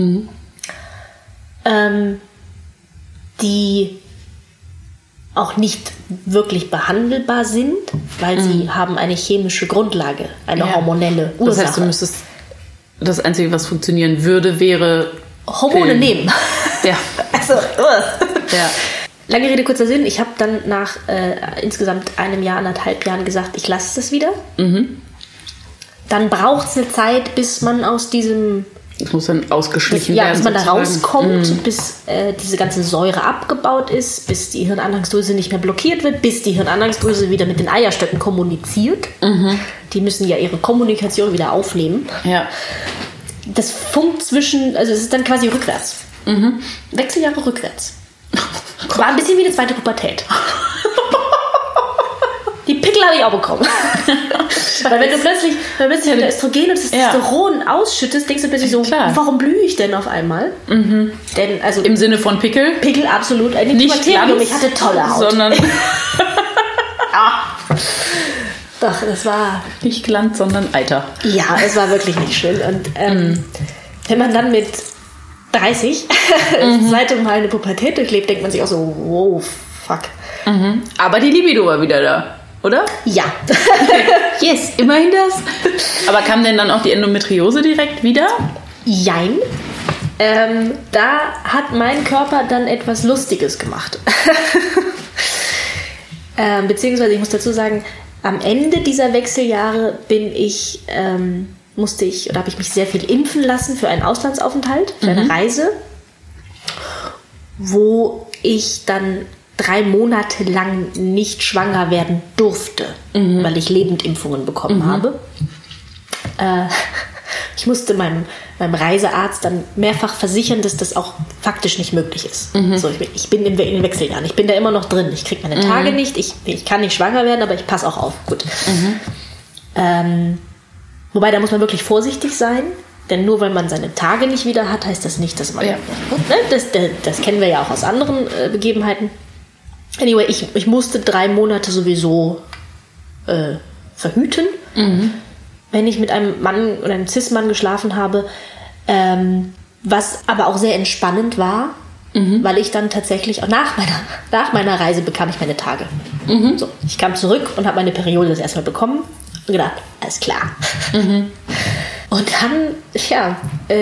Die auch nicht wirklich behandelbar sind, weil sie haben eine chemische Grundlage, eine hormonelle Ursache. Das heißt, du müsstest, das Einzige, was funktionieren würde, wäre Hormone Pillen. nehmen. Ja. Also, Ja. lange Rede, kurzer Sinn. Ich habe dann nach insgesamt 1 Jahr, 1,5 Jahren gesagt, ich lasse das wieder. Dann braucht es eine Zeit, bis man aus diesem... Das muss dann ausgeschlichen werden. bis man da sozusagen. rauskommt, bis diese ganze Säure abgebaut ist, bis die Hirnanhangsdrüse nicht mehr blockiert wird, bis die Hirnanhangsdrüse wieder mit den Eierstöcken kommuniziert. Die müssen ja ihre Kommunikation wieder aufnehmen. Ja. Das funkt zwischen, also es ist dann quasi rückwärts. Wechseljahre rückwärts. War ein bisschen wie eine zweite Pubertät. Die Pickel habe ich auch bekommen. Weil wenn du plötzlich wieder Östrogen und das Testosteron ausschüttest, denkst du plötzlich so, warum blühe ich denn auf einmal? Denn, also, im Sinne von Pickel? Pickel, absolut. Nicht Glanz, ich hatte tolle Haut. Sondern Doch, das war... Nicht Glanz, sondern Alter. Ja, es war wirklich nicht schön. Und wenn man dann mit 30 das zweite Mal eine Pubertät durchlebt, denkt man sich auch so, wow, fuck. Aber die Libido war wieder da, oder? Ja. Yes, immerhin das. Aber kam denn dann auch die Endometriose direkt wieder? Jein. Da hat mein Körper dann etwas Lustiges gemacht. Beziehungsweise, ich muss dazu sagen, am Ende dieser Wechseljahre habe ich mich sehr viel impfen lassen für einen Auslandsaufenthalt, für eine Reise, wo ich dann 3 Monate lang nicht schwanger werden durfte, weil ich Lebendimpfungen bekommen habe. Ich musste meinem Reisearzt dann mehrfach versichern, dass das auch faktisch nicht möglich ist. So, ich bin in den Wechseljahren. Ich bin da immer noch drin. Ich kriege meine Tage nicht. Ich kann nicht schwanger werden, aber ich passe auch auf. Gut. Wobei, da muss man wirklich vorsichtig sein. Denn nur weil man seine Tage nicht wieder hat, heißt das nicht, dass man... Ja. Das kennen wir ja auch aus anderen Begebenheiten. Anyway, ich musste 3 Monate sowieso verhüten. Wenn ich mit einem Mann oder einem Cis-Mann geschlafen habe, was aber auch sehr entspannend war, weil ich dann tatsächlich auch nach meiner Reise bekam ich meine Tage. So, ich kam zurück und habe meine Periode das erstmal bekommen und gedacht, alles klar. Und dann,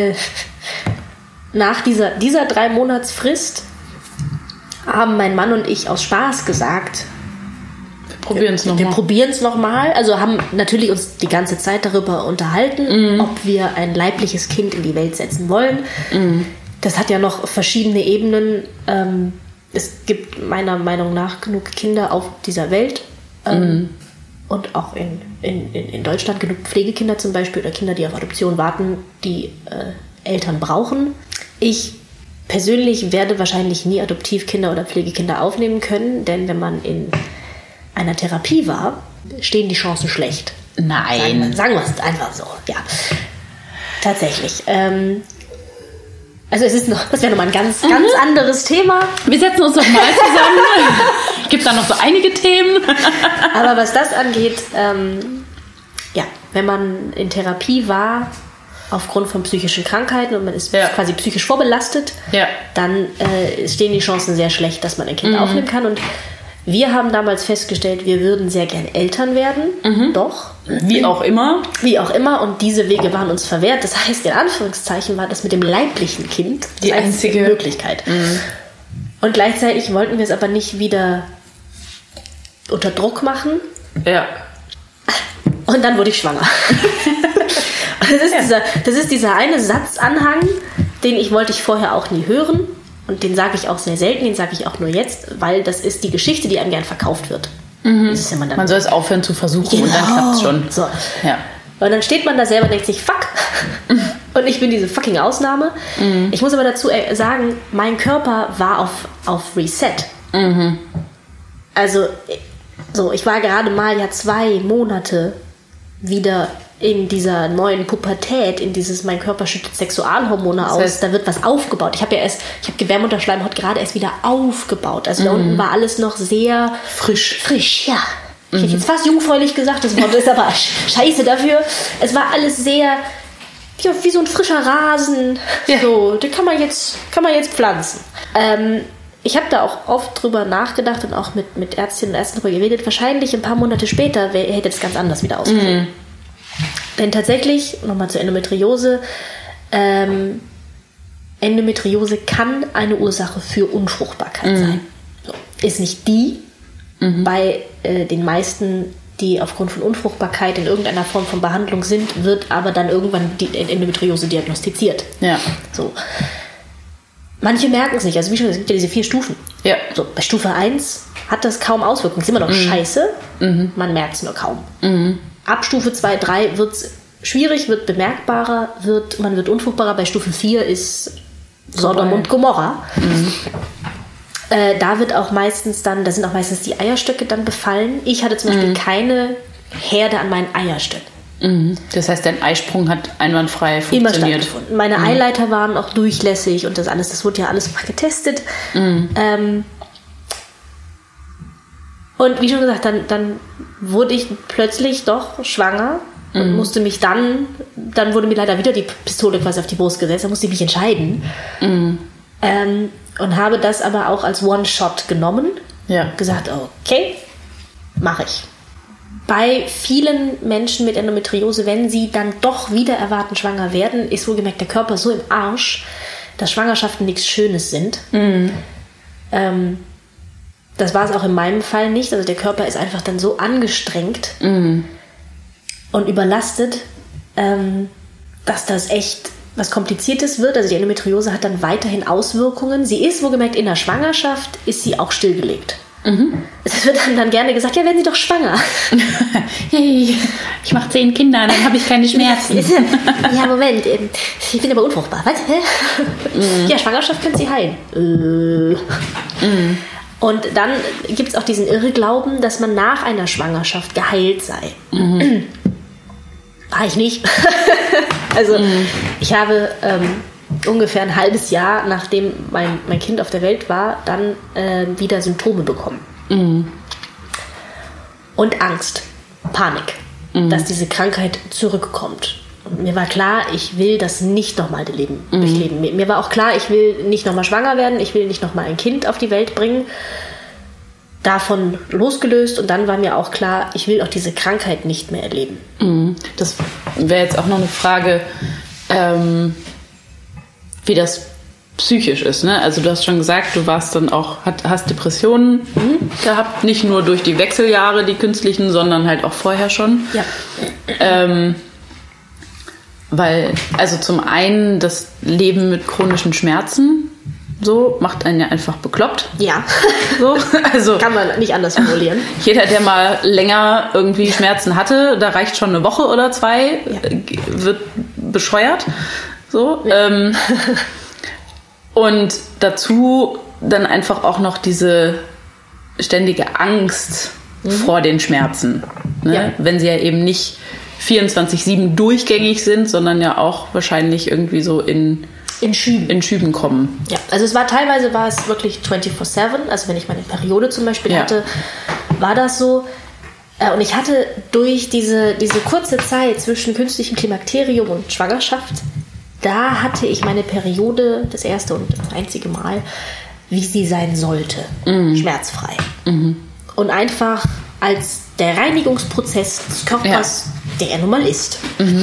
nach dieser 3 Monatsfrist haben mein Mann und ich aus Spaß gesagt, wir probieren es nochmal. Also haben natürlich uns die ganze Zeit darüber unterhalten, ob wir ein leibliches Kind in die Welt setzen wollen. Das hat ja noch verschiedene Ebenen. Es gibt meiner Meinung nach genug Kinder auf dieser Welt. Und auch in Deutschland genug Pflegekinder zum Beispiel oder Kinder, die auf Adoption warten, die Eltern brauchen. Ich persönlich werde wahrscheinlich nie Adoptivkinder oder Pflegekinder aufnehmen können, denn wenn man in einer Therapie war, stehen die Chancen schlecht. Nein. Sagen wir es einfach so, ja. Tatsächlich. Also das wäre nochmal ein ganz anderes Thema. Wir setzen uns nochmal zusammen. Gibt da noch so einige Themen. Aber was das angeht, wenn man in Therapie war, aufgrund von psychischen Krankheiten und man ist quasi psychisch vorbelastet, dann stehen die Chancen sehr schlecht, dass man ein Kind aufnehmen kann. Und wir haben damals festgestellt, wir würden sehr gern Eltern werden. Doch. Wie auch immer. Und diese Wege waren uns verwehrt. Das heißt, in Anführungszeichen war das mit dem leiblichen Kind die einzige Möglichkeit. Und gleichzeitig wollten wir es aber nicht wieder unter Druck machen. Ja. Und dann wurde ich schwanger. Das ist dieser eine Satzanhang, den wollte ich vorher auch nie hören. Und den sage ich auch sehr selten, den sage ich auch nur jetzt, weil das ist die Geschichte, die einem gern verkauft wird. Das ist immer dann, man soll es aufhören zu versuchen und dann klappt es schon. So. Ja. Und dann steht man da selber und denkt sich, fuck. Und ich bin diese fucking Ausnahme. Ich muss aber dazu sagen, mein Körper war auf Reset. Also, ich war gerade mal 2 Monate wieder in dieser neuen Pubertät, in dieses, mein Körper schüttet Sexualhormone aus, da wird was aufgebaut. Ich habe Gebärmutterschleimhaut gerade erst wieder aufgebaut. Also da unten war alles noch sehr frisch, ja. Ich hätte jetzt fast jungfräulich gesagt, das Wort ist aber scheiße dafür. Es war alles sehr, wie so ein frischer Rasen. Ja. So, den kann man jetzt pflanzen. Ich habe da auch oft drüber nachgedacht und auch mit Ärztinnen und Ärzten darüber geredet. Wahrscheinlich ein paar Monate später hätte es ganz anders wieder ausgesehen. Denn tatsächlich, nochmal zur Endometriose, Endometriose kann eine Ursache für Unfruchtbarkeit sein. So. Ist nicht die, bei den meisten, die aufgrund von Unfruchtbarkeit in irgendeiner Form von Behandlung sind, wird aber dann irgendwann die Endometriose diagnostiziert. Ja. So. Manche merken es nicht. Also wie schon, es gibt ja diese 4 Stufen. Ja. So, bei Stufe 1 hat das kaum Auswirkungen. Es ist immer noch scheiße, man merkt es nur kaum. Ab Stufe 2, 3 wird es schwierig, wird bemerkbarer, man wird unfruchtbarer. Bei Stufe 4 ist Sodom und Gomorra. Da sind auch meistens die Eierstöcke dann befallen. Ich hatte zum Beispiel Herde an meinen Eierstöcken. Das heißt, dein Eisprung hat einwandfrei Immer funktioniert. stattgefunden. Meine Eileiter waren auch durchlässig und das wurde ja alles mal getestet. Und wie schon gesagt, dann wurde ich plötzlich doch schwanger und musste mich dann wurde mir leider wieder die Pistole quasi auf die Brust gesetzt, dann musste ich mich entscheiden. Und habe das aber auch als One-Shot genommen. Ja. Gesagt, okay, mache ich. Bei vielen Menschen mit Endometriose, wenn sie dann doch wieder erwarten schwanger werden, ist wohlgemerkt der Körper so im Arsch, dass Schwangerschaften nichts Schönes sind. Das war es auch in meinem Fall nicht. Also der Körper ist einfach dann so angestrengt und überlastet, dass das echt was Kompliziertes wird. Also die Endometriose hat dann weiterhin Auswirkungen. Sie ist wohlgemerkt in der Schwangerschaft, ist sie auch stillgelegt. Es wird dann gerne gesagt, ja, werden Sie doch schwanger. Hey, ich mache 10 Kinder, dann habe ich keine Schmerzen. Ja, Moment, ich bin aber unfruchtbar. Was? Ja, Schwangerschaft können Sie heilen. Und dann gibt es auch diesen Irrglauben, dass man nach einer Schwangerschaft geheilt sei. War ich nicht. Also ich habe ungefähr ein halbes Jahr, nachdem mein Kind auf der Welt war, dann wieder Symptome bekommen. Und Angst, Panik, dass diese Krankheit zurückkommt. Und mir war klar, ich will das nicht nochmal durchleben. Mir war auch klar, ich will nicht nochmal schwanger werden, ich will nicht nochmal ein Kind auf die Welt bringen. Davon losgelöst und dann war mir auch klar, ich will auch diese Krankheit nicht mehr erleben. Das wäre jetzt auch noch eine Frage, wie das psychisch ist, ne? Also du hast schon gesagt, du warst dann auch, hast Depressionen gehabt, nicht nur durch die Wechseljahre, die künstlichen, sondern halt auch vorher schon. Ja. Weil, also zum einen das Leben mit chronischen Schmerzen, so, macht einen ja einfach bekloppt. Ja. So, also kann man nicht anders formulieren. Jeder, der mal länger irgendwie Schmerzen hatte, da reicht schon eine Woche oder 2, wird bescheuert. So. Ja. Und dazu dann einfach auch noch diese ständige Angst vor den Schmerzen. Ne? Ja. Wenn sie ja eben nicht 24/7 durchgängig sind, sondern ja auch wahrscheinlich irgendwie so in Schüben kommen. Ja, also teilweise war es wirklich 24/7. Also wenn ich meine Periode zum Beispiel hatte, war das so. Und ich hatte durch diese kurze Zeit zwischen künstlichem Klimakterium und Schwangerschaft, da hatte ich meine Periode das erste und einzige Mal, wie sie sein sollte. Schmerzfrei. Und einfach als der Reinigungsprozess des Körpers, der er nun mal ist.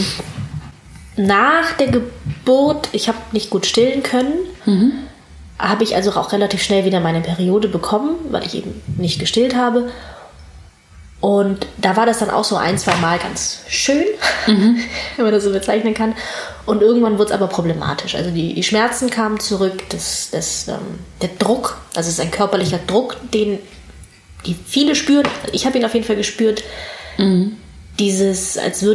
Nach der Geburt, ich habe nicht gut stillen können, habe ich also auch relativ schnell wieder meine Periode bekommen, weil ich eben nicht gestillt habe. Und da war das dann auch so 1-2 Mal ganz schön, wenn man das so bezeichnen kann. Und irgendwann wurde es aber problematisch. Also die Schmerzen kamen zurück, der Druck, also es ist ein körperlicher Druck, die viele spüren. Ich habe ihn auf jeden Fall gespürt. Dieses, also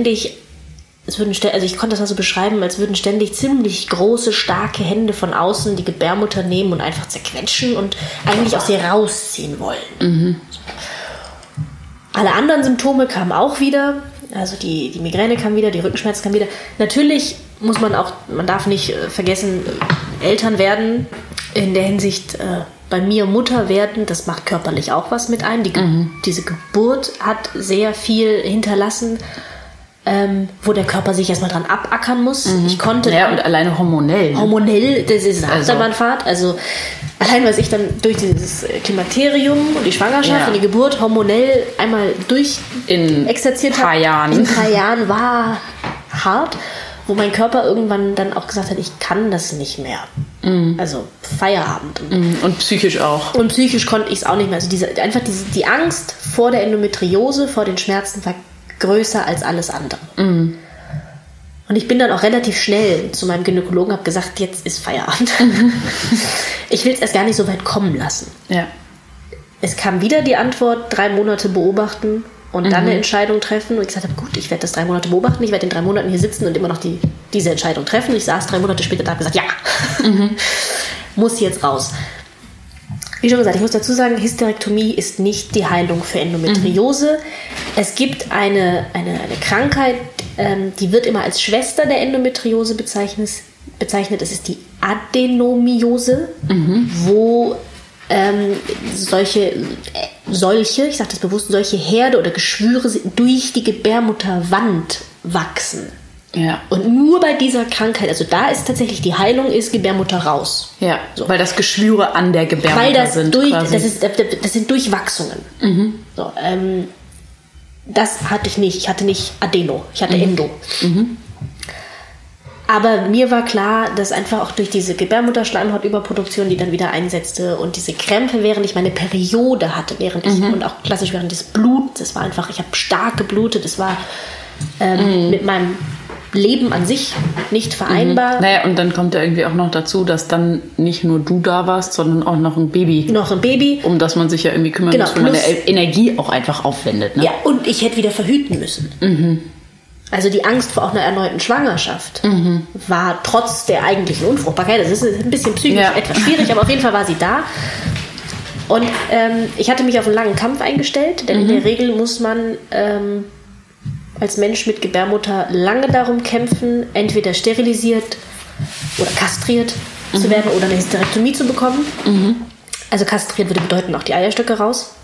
ich konnte das mal so beschreiben, als würden ständig ziemlich große, starke Hände von außen die Gebärmutter nehmen und einfach zerquetschen und eigentlich aus ihr rausziehen wollen. Alle anderen Symptome kamen auch wieder. Also die Migräne kam wieder, die Rückenschmerzen kamen wieder. Natürlich man darf nicht vergessen, Eltern werden in der Hinsicht bei mir Mutter werden, das macht körperlich auch was mit ein. Diese Geburt hat sehr viel hinterlassen, wo der Körper sich erstmal dran abackern muss. Ich konnte und alleine hormonell. Hormonell, das ist eine Achterbahnfahrt. Also allein, was ich dann durch dieses Klimakterium und die Schwangerschaft und die Geburt hormonell einmal exerziert habe. In 3 Jahren war hart, wo mein Körper irgendwann dann auch gesagt hat, ich kann das nicht mehr. Also Feierabend. Und psychisch auch. Und psychisch konnte ich es auch nicht mehr. Also die Angst vor der Endometriose, vor den Schmerzen war größer als alles andere. Und ich bin dann auch relativ schnell zu meinem Gynäkologen, habe gesagt, jetzt ist Feierabend. Ich will es erst gar nicht so weit kommen lassen. Ja. Es kam wieder die Antwort, 3 Monate beobachten und dann eine Entscheidung treffen. Und ich gesagt habe, gut, ich werde das 3 Monate beobachten, ich werde in 3 Monaten hier sitzen und immer noch diese Entscheidung treffen. Ich saß 3 Monate später da und habe gesagt, ja, muss jetzt raus. Wie schon gesagt, ich muss dazu sagen, Hysterektomie ist nicht die Heilung für Endometriose. Es gibt eine Krankheit, die wird immer als Schwester der Endometriose bezeichnet. Es ist die Adenomiose, wo solche, ich sage das bewusst, solche Herde oder Geschwüre durch die Gebärmutterwand wachsen. Ja. Und nur bei dieser Krankheit, also da ist tatsächlich die Heilung, ist Gebärmutter raus. Ja, so. Weil das Geschwüre an der Gebärmutter sind. Das sind Durchwachsungen. So, das hatte ich nicht. Ich hatte nicht Adeno, ich hatte Endo. Aber mir war klar, dass einfach auch durch diese Gebärmutterschleimhautüberproduktion, die dann wieder einsetzte und diese Krämpfe, während ich meine Periode hatte, und auch klassisch während des Blutens, das war einfach, ich habe stark geblutet, das war mit meinem Leben an sich nicht vereinbar. Naja, und dann kommt ja irgendwie auch noch dazu, dass dann nicht nur du da warst, sondern auch noch ein Baby. Um das man sich ja irgendwie kümmern muss, wo man der Energie auch einfach aufwendet. Ne? Ja, und ich hätte wieder verhüten müssen. Also die Angst vor auch einer erneuten Schwangerschaft war trotz der eigentlichen Unfruchtbarkeit, das ist ein bisschen psychisch etwas schwierig, aber auf jeden Fall war sie da. Und ich hatte mich auf einen langen Kampf eingestellt, denn in der Regel muss man als Mensch mit Gebärmutter lange darum kämpfen, entweder sterilisiert oder kastriert zu werden oder eine Hysterektomie zu bekommen. Also kastriert würde bedeuten auch die Eierstöcke raus.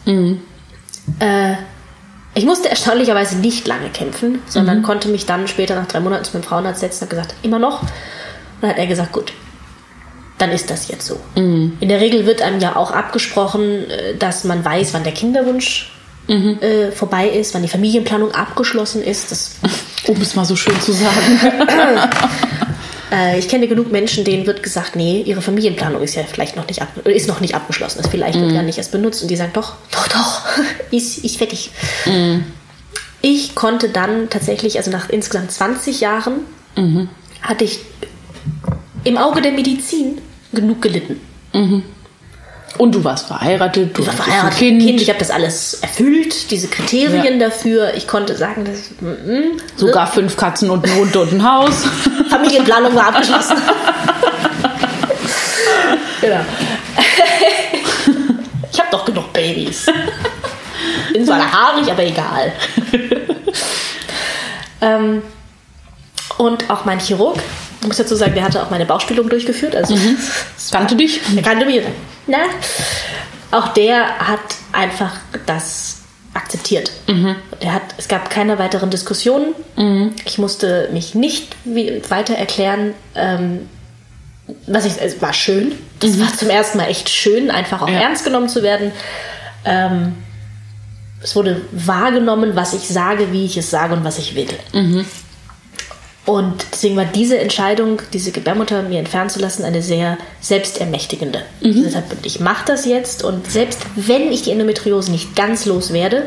Ich musste erstaunlicherweise nicht lange kämpfen, sondern konnte mich dann später nach 3 Monaten zu meinem Frauenarzt setzen und gesagt, immer noch. Und dann hat er gesagt, gut, dann ist das jetzt so. In der Regel wird einem ja auch abgesprochen, dass man weiß, wann der Kinderwunsch vorbei ist, wann die Familienplanung abgeschlossen ist. Um es mal so schön zu sagen. Ich kenne genug Menschen, denen wird gesagt, nee, ihre Familienplanung ist ja vielleicht noch nicht abgeschlossen. Das vielleicht wird ja nicht erst benutzt. Und die sagen, doch, ist fertig. Ich konnte dann tatsächlich, also nach insgesamt 20 Jahren, hatte ich im Auge der Medizin genug gelitten. Und du warst verheiratet, du warst ein Kind. Ich habe das alles erfüllt, diese Kriterien dafür. Ich konnte sagen, dass sogar 5 Katzen und ein Hund und ein Haus. Familienplanung war abgeschlossen. Genau. Ich habe doch genug Babys. Bin zwar haarig, aber egal. Und auch mein Chirurg, ich muss dazu sagen, der hatte auch meine Bauchspiegelung durchgeführt. Also kannte dich? Der kannte mich. Na, auch der hat einfach das akzeptiert. Es gab keine weiteren Diskussionen. Ich musste mich nicht weiter erklären. Es war schön. Das war zum ersten Mal echt schön, einfach auch ernst genommen zu werden. Es wurde wahrgenommen, was ich sage, wie ich es sage und was ich will. Und deswegen war diese Entscheidung, diese Gebärmutter mir entfernen zu lassen, eine sehr selbstermächtigende. Deshalb, ich mache das jetzt und selbst wenn ich die Endometriose nicht ganz loswerde,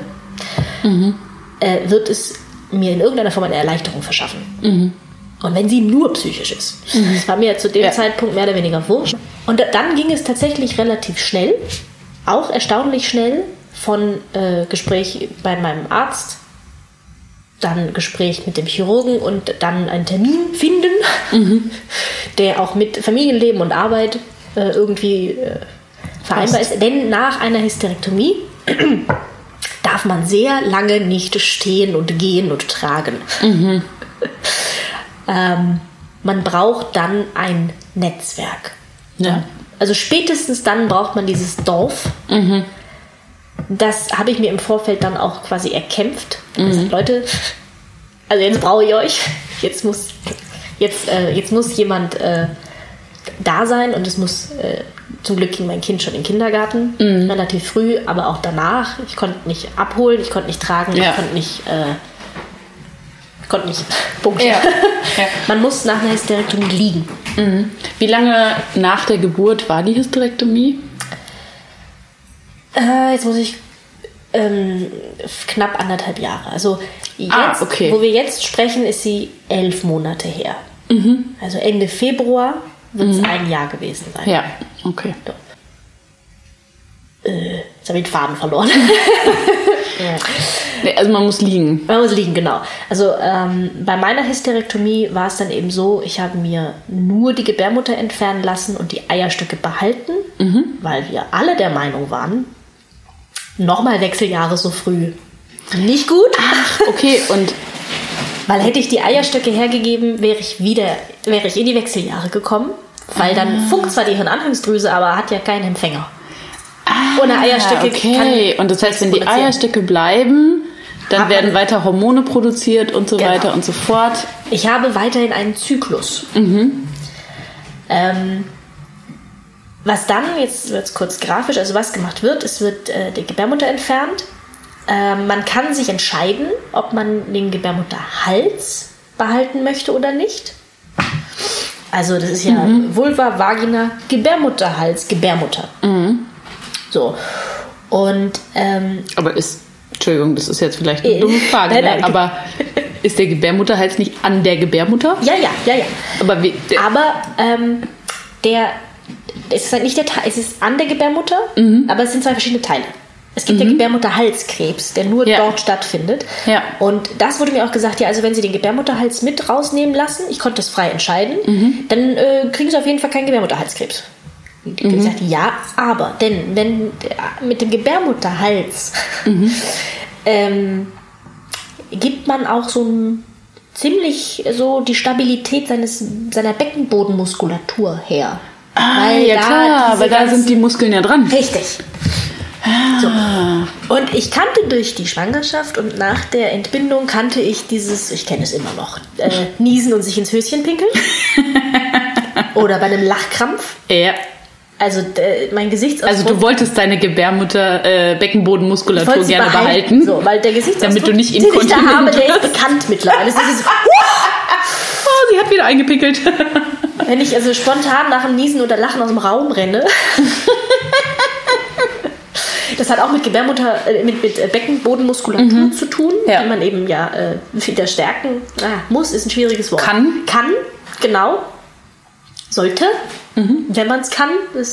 wird es mir in irgendeiner Form eine Erleichterung verschaffen. Und wenn sie nur psychisch ist. Das war mir zu dem Zeitpunkt mehr oder weniger wurscht. Und dann ging es tatsächlich relativ schnell, auch erstaunlich schnell, von Gespräch bei meinem Arzt, dann Gespräch mit dem Chirurgen und dann einen Termin finden, der auch mit Familienleben und Arbeit irgendwie vereinbar ist. Denn nach einer Hysterektomie darf man sehr lange nicht stehen und gehen und tragen. Man braucht dann ein Netzwerk. Ja. Also spätestens dann braucht man dieses Dorf. Das habe ich mir im Vorfeld dann auch quasi erkämpft. Ich habe gesagt, Leute, also jetzt brauche ich euch. Jetzt muss jemand da sein und es muss zum Glück ging mein Kind schon in den Kindergarten, relativ früh, aber auch danach. Ich konnte nicht abholen, ich konnte nicht tragen, ich konnte nicht Punkt. Ja. Man muss nach einer Hysterektomie liegen. Wie lange nach der Geburt war die Hysterektomie? Jetzt muss ich knapp 1,5 Jahre. Also jetzt, wo wir jetzt sprechen, ist sie 11 Monate her. Also Ende Februar wird es 1 Jahr gewesen sein. Ja, okay. Jetzt habe ich den Faden verloren. Nee, also man muss liegen. Man muss liegen, genau. Also bei meiner Hysterektomie war es dann eben so, ich habe mir nur die Gebärmutter entfernen lassen und die Eierstöcke behalten, weil wir alle der Meinung waren, nochmal Wechseljahre so früh. Nicht gut. Ach, okay, und weil hätte ich die Eierstöcke hergegeben, wäre ich in die Wechseljahre gekommen, weil dann funkt zwar die Hirnanhangsdrüse, aber hat ja keinen Empfänger. Ohne Eierstöcke okay. Und das heißt, wenn die Eierstöcke bleiben, dann werden weiter Hormone produziert und so weiter und so fort. Ich habe weiterhin einen Zyklus. Was dann, jetzt wird es kurz grafisch, also was gemacht wird, es wird die Gebärmutter entfernt. Man kann sich entscheiden, ob man den Gebärmutterhals behalten möchte oder nicht. Also das ist ja Vulva, Vagina, Gebärmutterhals, Gebärmutter. So. Und aber Entschuldigung, das ist jetzt vielleicht eine dumme Frage, nein. Aber ist der Gebärmutterhals nicht an der Gebärmutter? Ja. Aber es ist halt nicht der Teil, es ist an der Gebärmutter, aber es sind zwei verschiedene Teile. Es gibt den Gebärmutterhalskrebs, der nur dort stattfindet. Ja. Und das wurde mir auch gesagt, ja, also wenn Sie den Gebärmutterhals mit rausnehmen lassen, ich konnte das frei entscheiden, dann kriegen Sie auf jeden Fall keinen Gebärmutterhalskrebs. Ich habe gesagt, ja, aber denn wenn mit dem Gebärmutterhals gibt man auch so ein ziemlich so die Stabilität seiner Beckenbodenmuskulatur her. Weil da sind die Muskeln ja dran. Richtig. So. Und ich kannte durch die Schwangerschaft und nach der Entbindung kannte ich ich kenne es immer noch, niesen und sich ins Höschen pinkeln. Oder bei einem Lachkrampf. Ja. Also mein Gesichtsausdruck... Also du wolltest deine Beckenbodenmuskulatur gerne behalten. So, weil der Gesichtsausdruck, damit du nicht inkontinent den ich da habe, der ist bekannt mittlerweile. Sie hat wieder eingepickelt. Wenn ich also spontan nach dem Niesen oder Lachen aus dem Raum renne... Das hat auch mit mit Beckenbodenmuskulatur zu tun, die man eben wieder stärken muss, ist ein schwieriges Wort. Kann, genau. Sollte, wenn man es kann.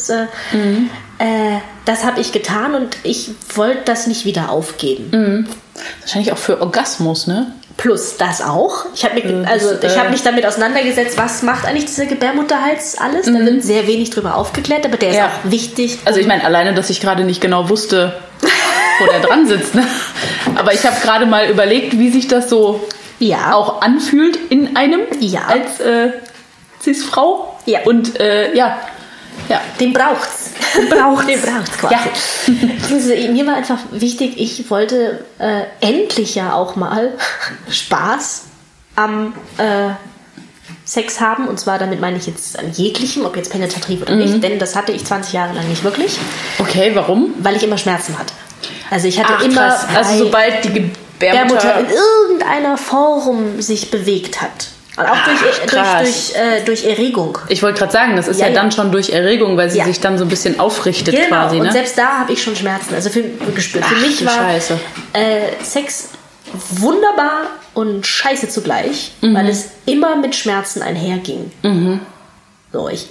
Das habe ich getan und ich wollte das nicht wieder aufgeben. Wahrscheinlich auch für Orgasmus, ne? Plus das auch. Ich habe mich damit auseinandergesetzt, was macht eigentlich dieser Gebärmutterhals alles. Da wird sehr wenig drüber aufgeklärt, aber der ist auch wichtig. Also ich meine, alleine, dass ich gerade nicht genau wusste, wo der dran sitzt. Ne? Aber ich habe gerade mal überlegt, wie sich das so auch anfühlt in einem als Cis-Frau. Ja. Und den braucht's. Den braucht's quasi. Ja. Also, mir war einfach wichtig, ich wollte endlich ja auch mal Spaß am Sex haben. Und zwar, damit meine ich jetzt an jeglichem, ob jetzt penetrativ oder nicht. Denn das hatte ich 20 Jahre lang nicht wirklich. Okay, warum? Weil ich immer Schmerzen hatte. Also ich hatte immer... Krass. Also sobald die Gebärmutter in irgendeiner Form sich bewegt hat. Und auch durch Erregung. Ich wollte gerade sagen, das ist ja dann schon durch Erregung, weil sie sich dann so ein bisschen aufrichtet quasi. Ne? Und selbst da habe ich schon Schmerzen gespürt. Für mich war Sex wunderbar und scheiße zugleich, weil es immer mit Schmerzen einherging. So, ich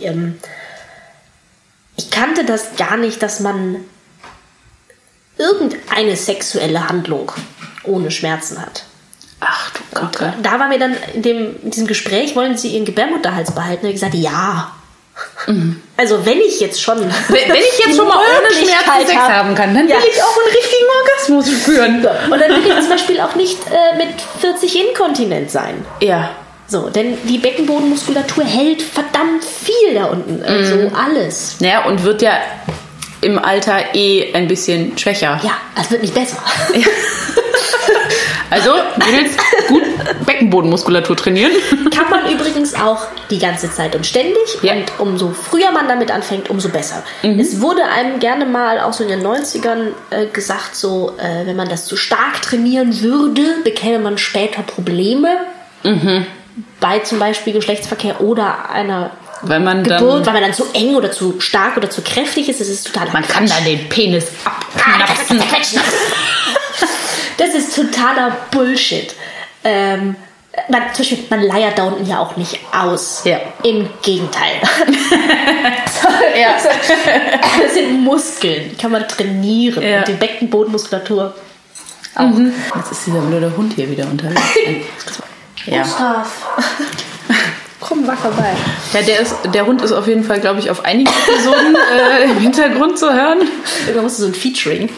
kannte das gar nicht, dass man irgendeine sexuelle Handlung ohne Schmerzen hat. Ach du Kacke. Und da war mir dann in diesem Gespräch, wollen Sie Ihren Gebärmutterhals behalten? Und ich gesagt, ja. Also wenn ich jetzt schon mal ohne Schmerzen Sex haben kann, dann will ich auch einen richtigen Orgasmus spüren. So. Und dann will ich zum Beispiel auch nicht mit 40 inkontinent sein. Ja. So, denn die Beckenbodenmuskulatur hält verdammt viel da unten. Also alles. Ja, und wird ja im Alter ein bisschen schwächer. Ja, es wird nicht besser. Ja. Also, du willst gut Beckenbodenmuskulatur trainieren. Kann man übrigens auch die ganze Zeit und ständig. Ja. Und umso früher man damit anfängt, umso besser. Es wurde einem gerne mal auch so in den 90ern gesagt, so, wenn man das zu stark trainieren würde, bekäme man später Probleme. Bei zum Beispiel Geschlechtsverkehr oder einer Geburt, weil man dann zu eng oder zu stark oder zu kräftig ist. Das ist total Man kann dann den Penis abknapsen. Das ist totaler Bullshit. Zum Beispiel, man leiert da unten ja auch nicht aus. Ja. Im Gegenteil. Das sind Muskeln, die kann man trainieren. Ja. Und die Beckenbodenmuskulatur auch. Jetzt ist dieser blöde Hund hier wieder unterwegs. Ja. Gustav. Komm mal vorbei. Ja, der Hund ist auf jeden Fall, glaube ich, auf einigen Episoden im Hintergrund zu hören. Irgendwann musst du so ein Featuring.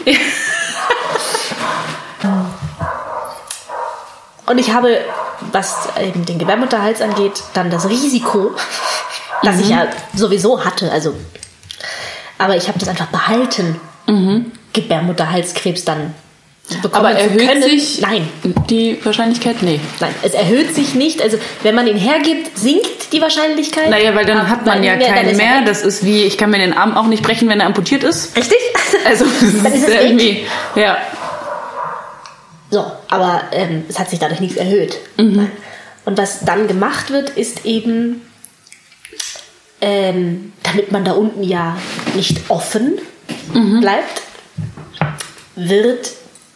Und ich habe, was eben den Gebärmutterhals angeht, dann das Risiko, das ich ja sowieso hatte. Also, aber ich habe das einfach behalten, Gebärmutterhalskrebs dann bekommen aber zu können. erhöht sich Nein. die Wahrscheinlichkeit? Nee. Nein, es erhöht sich nicht. Also wenn man ihn hergibt, sinkt die Wahrscheinlichkeit. Naja, weil dann hat man ja keinen mehr. Das ist wie, ich kann mir den Arm auch nicht brechen, wenn er amputiert ist. Richtig? Also das ist ja irgendwie, ja. So, aber es hat sich dadurch nichts erhöht. Und was dann gemacht wird, ist eben, damit man da unten ja nicht offen bleibt, wird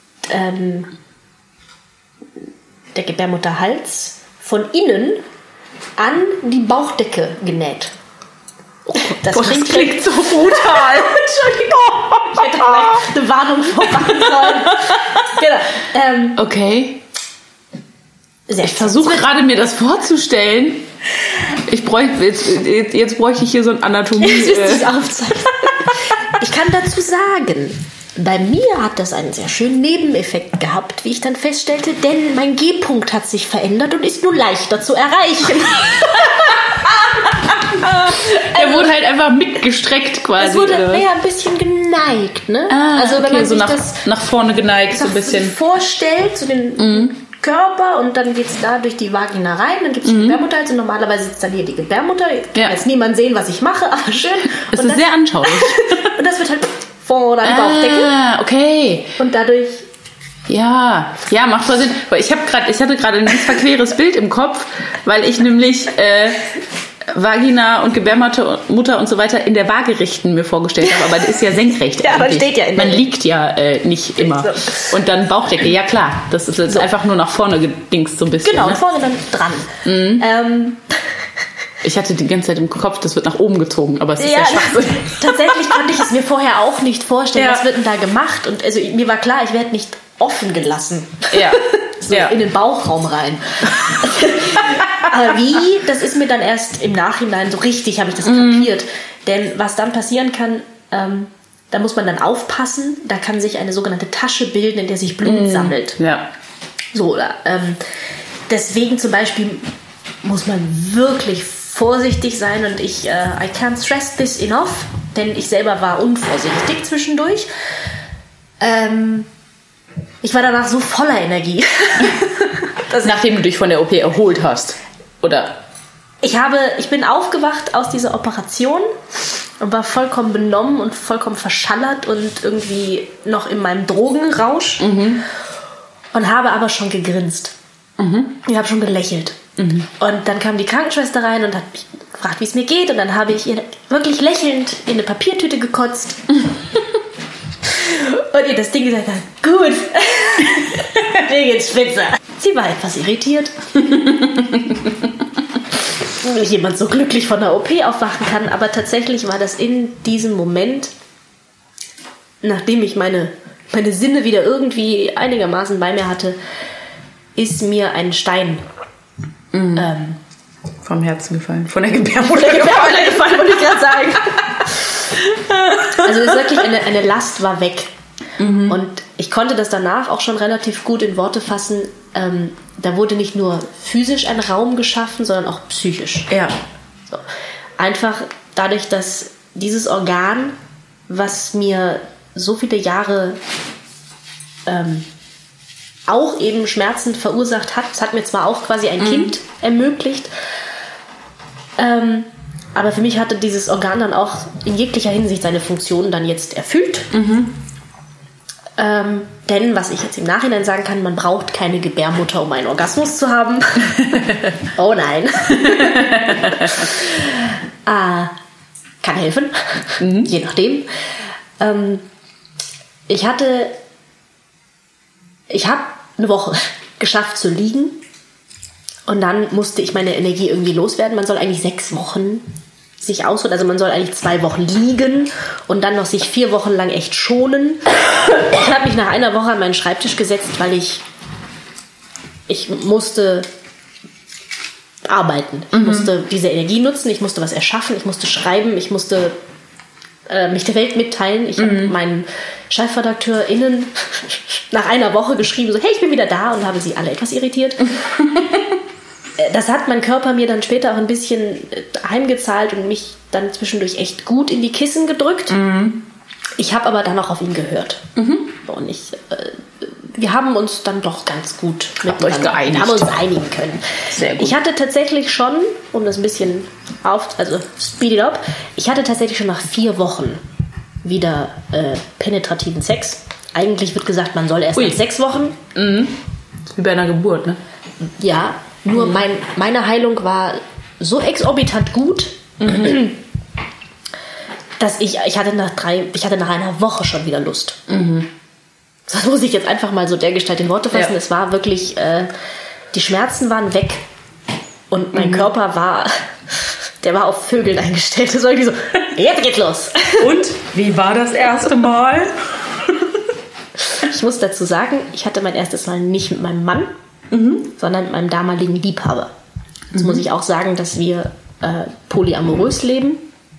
der Gebärmutterhals von innen an die Bauchdecke genäht. Das klingt so brutal. Entschuldigung. Ich hätte vielleicht eine Warnung vormachen sollen. Genau. Okay. Ich versuche gerade mir das vorzustellen. Jetzt bräuchte ich hier so ein Anatomie. Ich kann dazu sagen, bei mir hat das einen sehr schönen Nebeneffekt gehabt, wie ich dann feststellte, denn mein G-Punkt hat sich verändert und ist nun leichter zu erreichen. Er wurde halt einfach mitgestreckt quasi. Es wurde ein bisschen geneigt, ne? Also wenn man sich so das nach vorne geneigt, so ein bisschen vorstellt, so den Körper, und dann geht es da durch die Vagina rein, dann gibt es die Gebärmutter, also normalerweise sitzt dann hier die Gebärmutter. Kann jetzt niemand sehen, was ich mache, aber schön. Es ist sehr anschaulich. Und das wird halt vorne an die Bauchdecke. Okay. Und dadurch... Ja, macht voll Sinn. Ich hatte gerade ein ganz verqueres Bild im Kopf, weil ich nämlich Vagina und Gebärmutter und so weiter in der Waagerechten mir vorgestellt habe, aber das ist ja senkrecht. Ja, man steht ja in der Man liegt ja nicht immer. So. Und dann Bauchdecke, ja klar, das ist so einfach nur nach vorne gedingst so ein bisschen. Genau, ne? vorne dann dran. Ich hatte die ganze Zeit im Kopf, das wird nach oben gezogen, aber es ist ja Schwachsinn. Tatsächlich konnte ich es mir vorher auch nicht vorstellen, was wird denn da gemacht? Und also mir war klar, ich werde nicht offen gelassen. Ja. So in den Bauchraum rein. Aber wie, das ist mir dann erst im Nachhinein so richtig, habe ich das kapiert. Denn was dann passieren kann, da muss man dann aufpassen, da kann sich eine sogenannte Tasche bilden, in der sich Blut sammelt. Ja. So, deswegen zum Beispiel muss man wirklich vorsichtig sein, und I can't stress this enough, denn ich selber war unvorsichtig zwischendurch. Ich war danach so voller Energie. Nachdem du dich von der OP erholt hast, oder? Ich bin aufgewacht aus dieser Operation und war vollkommen benommen und vollkommen verschallert und irgendwie noch in meinem Drogenrausch und habe aber schon gegrinst. Ich habe schon gelächelt. Und dann kam die Krankenschwester rein und hat mich gefragt, wie es mir geht, und dann habe ich ihr wirklich lächelnd in eine Papiertüte gekotzt. Und ihr das Ding gesagt hat, gut, mir geht's spitze. Sie war etwas irritiert. Wie jemand so glücklich von der OP aufwachen kann. Aber tatsächlich war das in diesem Moment, nachdem ich meine Sinne wieder irgendwie einigermaßen bei mir hatte, ist mir ein Stein vom Herzen gefallen. Von der Gebärmutter gefallen, wollte ich gerade sagen. Also es ist wirklich eine Last war weg. Und ich konnte das danach auch schon relativ gut in Worte fassen. Da wurde nicht nur physisch ein Raum geschaffen, sondern auch psychisch. Ja. So. Einfach dadurch, dass dieses Organ, was mir so viele Jahre auch eben Schmerzen verursacht hat, es hat mir zwar auch quasi ein Kind ermöglicht, aber für mich hatte dieses Organ dann auch in jeglicher Hinsicht seine Funktion dann jetzt erfüllt. Denn, was ich jetzt im Nachhinein sagen kann, man braucht keine Gebärmutter, um einen Orgasmus zu haben. Oh nein. Kann helfen, je nachdem. Ich habe eine Woche geschafft zu liegen, und dann musste ich meine Energie irgendwie loswerden. Man soll eigentlich 6 Wochen sich ausruht. Also man soll eigentlich 2 Wochen liegen und dann noch sich 4 Wochen lang echt schonen. Ich habe mich nach einer Woche an meinen Schreibtisch gesetzt, weil ich musste arbeiten. Ich musste diese Energie nutzen, ich musste was erschaffen, ich musste schreiben, ich musste mich der Welt mitteilen. Ich habe meinen ChefredakteurInnen nach einer Woche geschrieben, so, hey, ich bin wieder da, und habe sie alle etwas irritiert. Das hat mein Körper mir dann später auch ein bisschen heimgezahlt und mich dann zwischendurch echt gut in die Kissen gedrückt. Ich habe aber dann auch auf ihn gehört. Und wir haben uns dann doch ganz gut miteinander geeinigt. Haben uns einigen können. Sehr gut. Ich hatte tatsächlich schon, um das ein bisschen speed it up, ich hatte tatsächlich schon nach 4 Wochen wieder penetrativen Sex. Eigentlich wird gesagt, man soll erst nach 6 Wochen. Wie bei einer Geburt, ne? Ja, nur meine Heilung war so exorbitant gut, dass ich hatte nach einer Woche schon wieder Lust. Das muss ich jetzt einfach mal so dergestalt in Worte fassen. Ja. Es war wirklich, die Schmerzen waren weg und mein Körper war auf Vögeln eingestellt. Das war irgendwie so, jetzt geht's los. Und wie war das erste Mal? Ich muss dazu sagen, ich hatte mein erstes Mal nicht mit meinem Mann, sondern mit meinem damaligen Liebhaber. Jetzt muss ich auch sagen, dass wir polyamorös leben.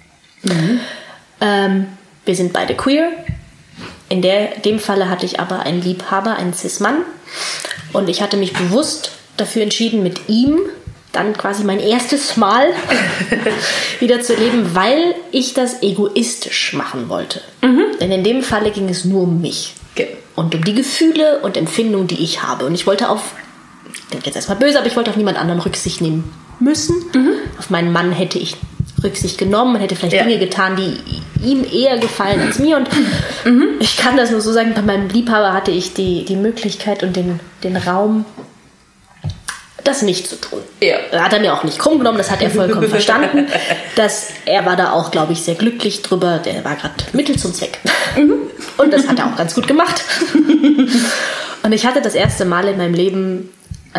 Wir sind beide queer. In dem Falle hatte ich aber einen Liebhaber, einen Cis-Mann. Und ich hatte mich bewusst dafür entschieden, mit ihm dann quasi mein erstes Mal wieder zu erleben, weil ich das egoistisch machen wollte. Denn in dem Falle ging es nur um mich. Und um die Gefühle und Empfindungen, die ich habe. Und ich wollte ich denke jetzt erstmal böse, aber ich wollte auf niemand anderen Rücksicht nehmen müssen. Auf meinen Mann hätte ich Rücksicht genommen und hätte vielleicht Dinge getan, die ihm eher gefallen als mir. Und ich kann das nur so sagen, bei meinem Liebhaber hatte ich die Möglichkeit und den Raum, das nicht zu tun. Ja. Hat er mir auch nicht krumm genommen, das hat er vollkommen verstanden. Er war da auch, glaube ich, sehr glücklich drüber. Der war gerade Mittel zum Zweck. Und das hat er auch ganz gut gemacht. Und ich hatte das erste Mal in meinem Leben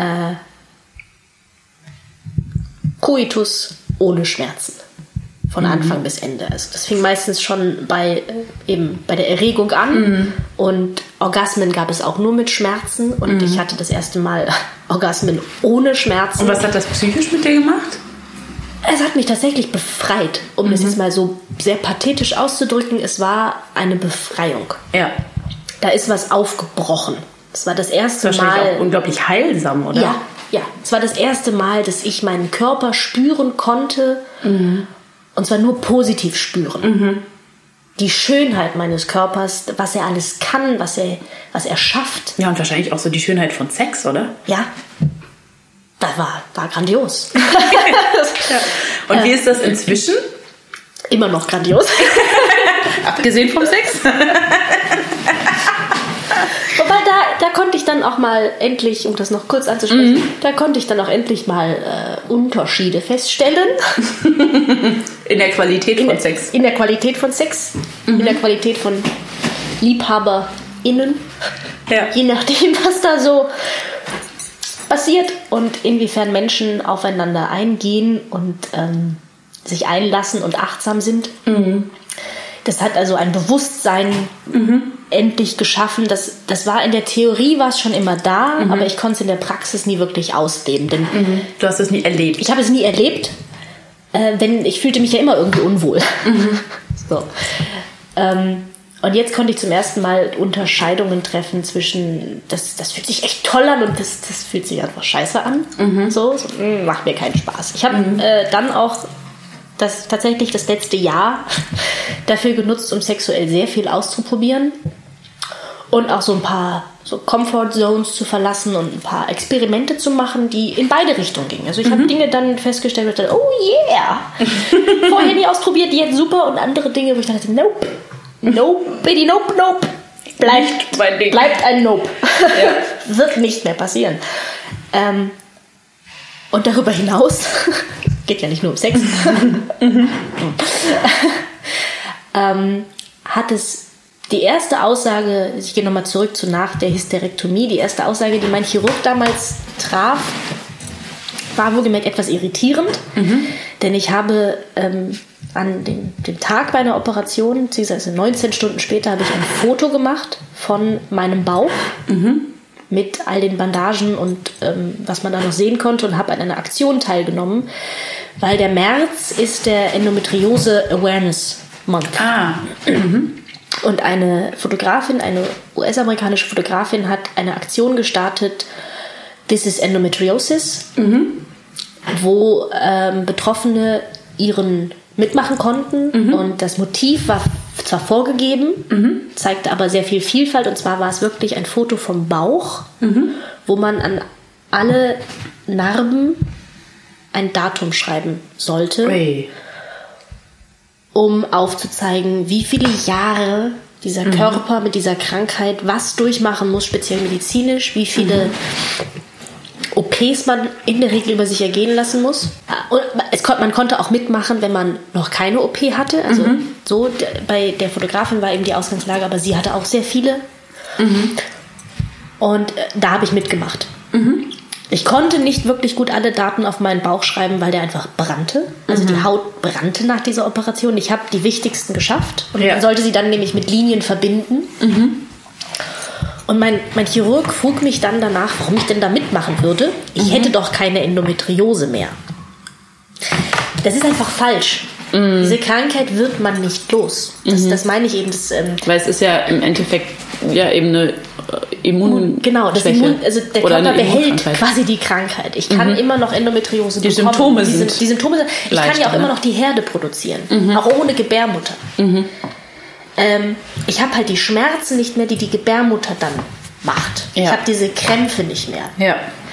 Koitus ohne Schmerzen. Von Anfang bis Ende. Also das fing meistens schon bei der Erregung an. Und Orgasmen gab es auch nur mit Schmerzen. Und ich hatte das erste Mal Orgasmen ohne Schmerzen. Und was hat das psychisch mit dir gemacht? Es hat mich tatsächlich befreit, um das jetzt mal so sehr pathetisch auszudrücken. Es war eine Befreiung. Ja. Da ist was aufgebrochen. Es war das erste Mal. Wahrscheinlich auch unglaublich heilsam, oder? Ja. Es war das erste Mal, dass ich meinen Körper spüren konnte. Und zwar nur positiv spüren. Die Schönheit meines Körpers, was er alles kann, was er schafft. Ja, und wahrscheinlich auch so die Schönheit von Sex, oder? Ja. Das war grandios. Ja. Und wie ist das inzwischen? Immer noch grandios. Abgesehen vom Sex? Wobei, da konnte ich dann auch mal endlich, um das noch kurz anzusprechen, da konnte ich dann auch endlich mal Unterschiede feststellen. In der Qualität von Sex. In der Qualität von Sex. In der Qualität von LiebhaberInnen. Ja. Je nachdem, was da so passiert und inwiefern Menschen aufeinander eingehen und sich einlassen und achtsam sind. Das hat also ein Bewusstsein endlich geschaffen. Das war in der Theorie war es schon immer da, aber ich konnte es in der Praxis nie wirklich ausleben. Denn du hast es nie erlebt. Ich habe es nie erlebt, denn ich fühlte mich ja immer irgendwie unwohl. So. Und jetzt konnte ich zum ersten Mal Unterscheidungen treffen zwischen, das fühlt sich echt toll an und das fühlt sich einfach scheiße an. So, macht mir keinen Spaß. Ich habe dann auch tatsächlich das letzte Jahr dafür genutzt, um sexuell sehr viel auszuprobieren und auch so ein paar so Comfort Zones zu verlassen und ein paar Experimente zu machen, die in beide Richtungen gingen. Also ich habe Dinge dann festgestellt, wo ich dachte, oh yeah, vorher nie ausprobiert, jetzt super, und andere Dinge, wo ich dachte, nope, bitte, nope. Bleibt ein Nope. Ja. Wird nicht mehr passieren. Und darüber hinaus, geht ja nicht nur um Sex, hat es die erste Aussage, ich gehe nochmal zurück zu nach der Hysterektomie, die erste Aussage, die mein Chirurg damals traf, war wohlgemerkt etwas irritierend, Denn ich habe an dem Tag meiner Operation, beziehungsweise 19 Stunden später, habe ich ein Foto gemacht von meinem Bauch mit all den Bandagen und was man da noch sehen konnte und habe an einer Aktion teilgenommen, weil der März ist der Endometriose Awareness Month. Und eine Fotografin, eine US-amerikanische Fotografin hat eine Aktion gestartet, This is Endometriosis, wo Betroffene ihren mitmachen konnten und das Motiv war zwar vorgegeben, zeigte aber sehr viel Vielfalt und zwar war es wirklich ein Foto vom Bauch, wo man an alle Narben ein Datum schreiben sollte, um aufzuzeigen, wie viele Jahre dieser Körper mit dieser Krankheit was durchmachen muss, speziell medizinisch, wie viele OPs man in der Regel über sich ergehen lassen muss. Und man konnte auch mitmachen, wenn man noch keine OP hatte. Also so bei der Fotografin war eben die Ausgangslage, aber sie hatte auch sehr viele. Und da habe ich mitgemacht. Ich konnte nicht wirklich gut alle Daten auf meinen Bauch schreiben, weil der einfach brannte. Also die Haut brannte nach dieser Operation. Ich habe die wichtigsten geschafft. Und man sollte sie dann nämlich mit Linien verbinden. Und mein Chirurg frug mich dann danach, warum ich denn da mitmachen würde. Ich hätte doch keine Endometriose mehr. Das ist einfach falsch. Diese Krankheit wird man nicht los. Das meine ich eben. Weil es ist ja im Endeffekt ja eben eine Immunschwäche. Genau, der Körper behält quasi die Krankheit. Ich kann immer noch Endometriose bekommen. Symptome sind die Symptome sind. Ich kann ja auch immer noch die Herde produzieren. Auch ohne Gebärmutter. Ich habe halt die Schmerzen nicht mehr, die die Gebärmutter dann macht. Ja. Ich habe diese Krämpfe nicht mehr. Ja.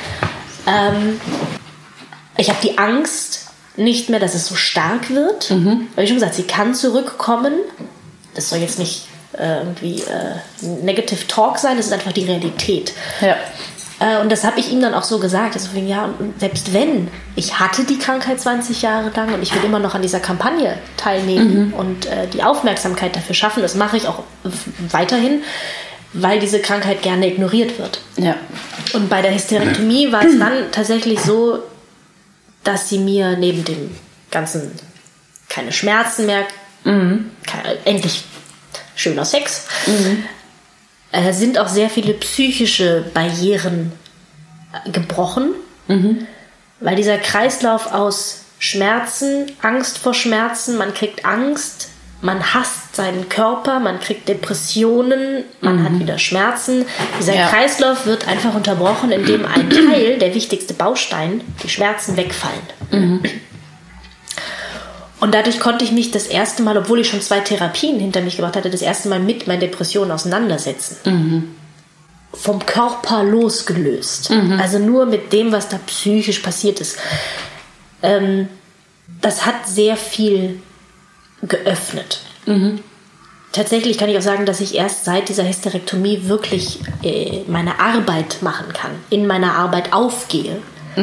Ich habe die Angst nicht mehr, dass es so stark wird. Weil, wie schon gesagt, sie kann zurückkommen. Das soll jetzt nicht irgendwie Negative Talk sein, das ist einfach die Realität. Ja. Und das habe ich ihm dann auch so gesagt. Also und selbst wenn, ich hatte die Krankheit 20 Jahre lang und ich will immer noch an dieser Kampagne teilnehmen und die Aufmerksamkeit dafür schaffen, das mache ich auch weiterhin, weil diese Krankheit gerne ignoriert wird. Ja. Und bei der Hysterektomie war es dann tatsächlich so, dass sie mir neben dem Ganzen keine Schmerzen mehr, endlich schöner Sex, sind auch sehr viele psychische Barrieren gebrochen, weil dieser Kreislauf aus Schmerzen, Angst vor Schmerzen, man kriegt Angst, man hasst seinen Körper, man kriegt Depressionen, man hat wieder Schmerzen. Dieser Kreislauf wird einfach unterbrochen, indem ein Teil, der wichtigste Baustein, die Schmerzen wegfallen. Und dadurch konnte ich mich das erste Mal, obwohl ich schon 2 Therapien hinter mich gebracht hatte, das erste Mal mit meinen Depressionen auseinandersetzen. Vom Körper losgelöst. Also nur mit dem, was da psychisch passiert ist. Das hat sehr viel geöffnet. Tatsächlich kann ich auch sagen, dass ich erst seit dieser Hysterektomie wirklich meine Arbeit machen kann, in meiner Arbeit aufgehe.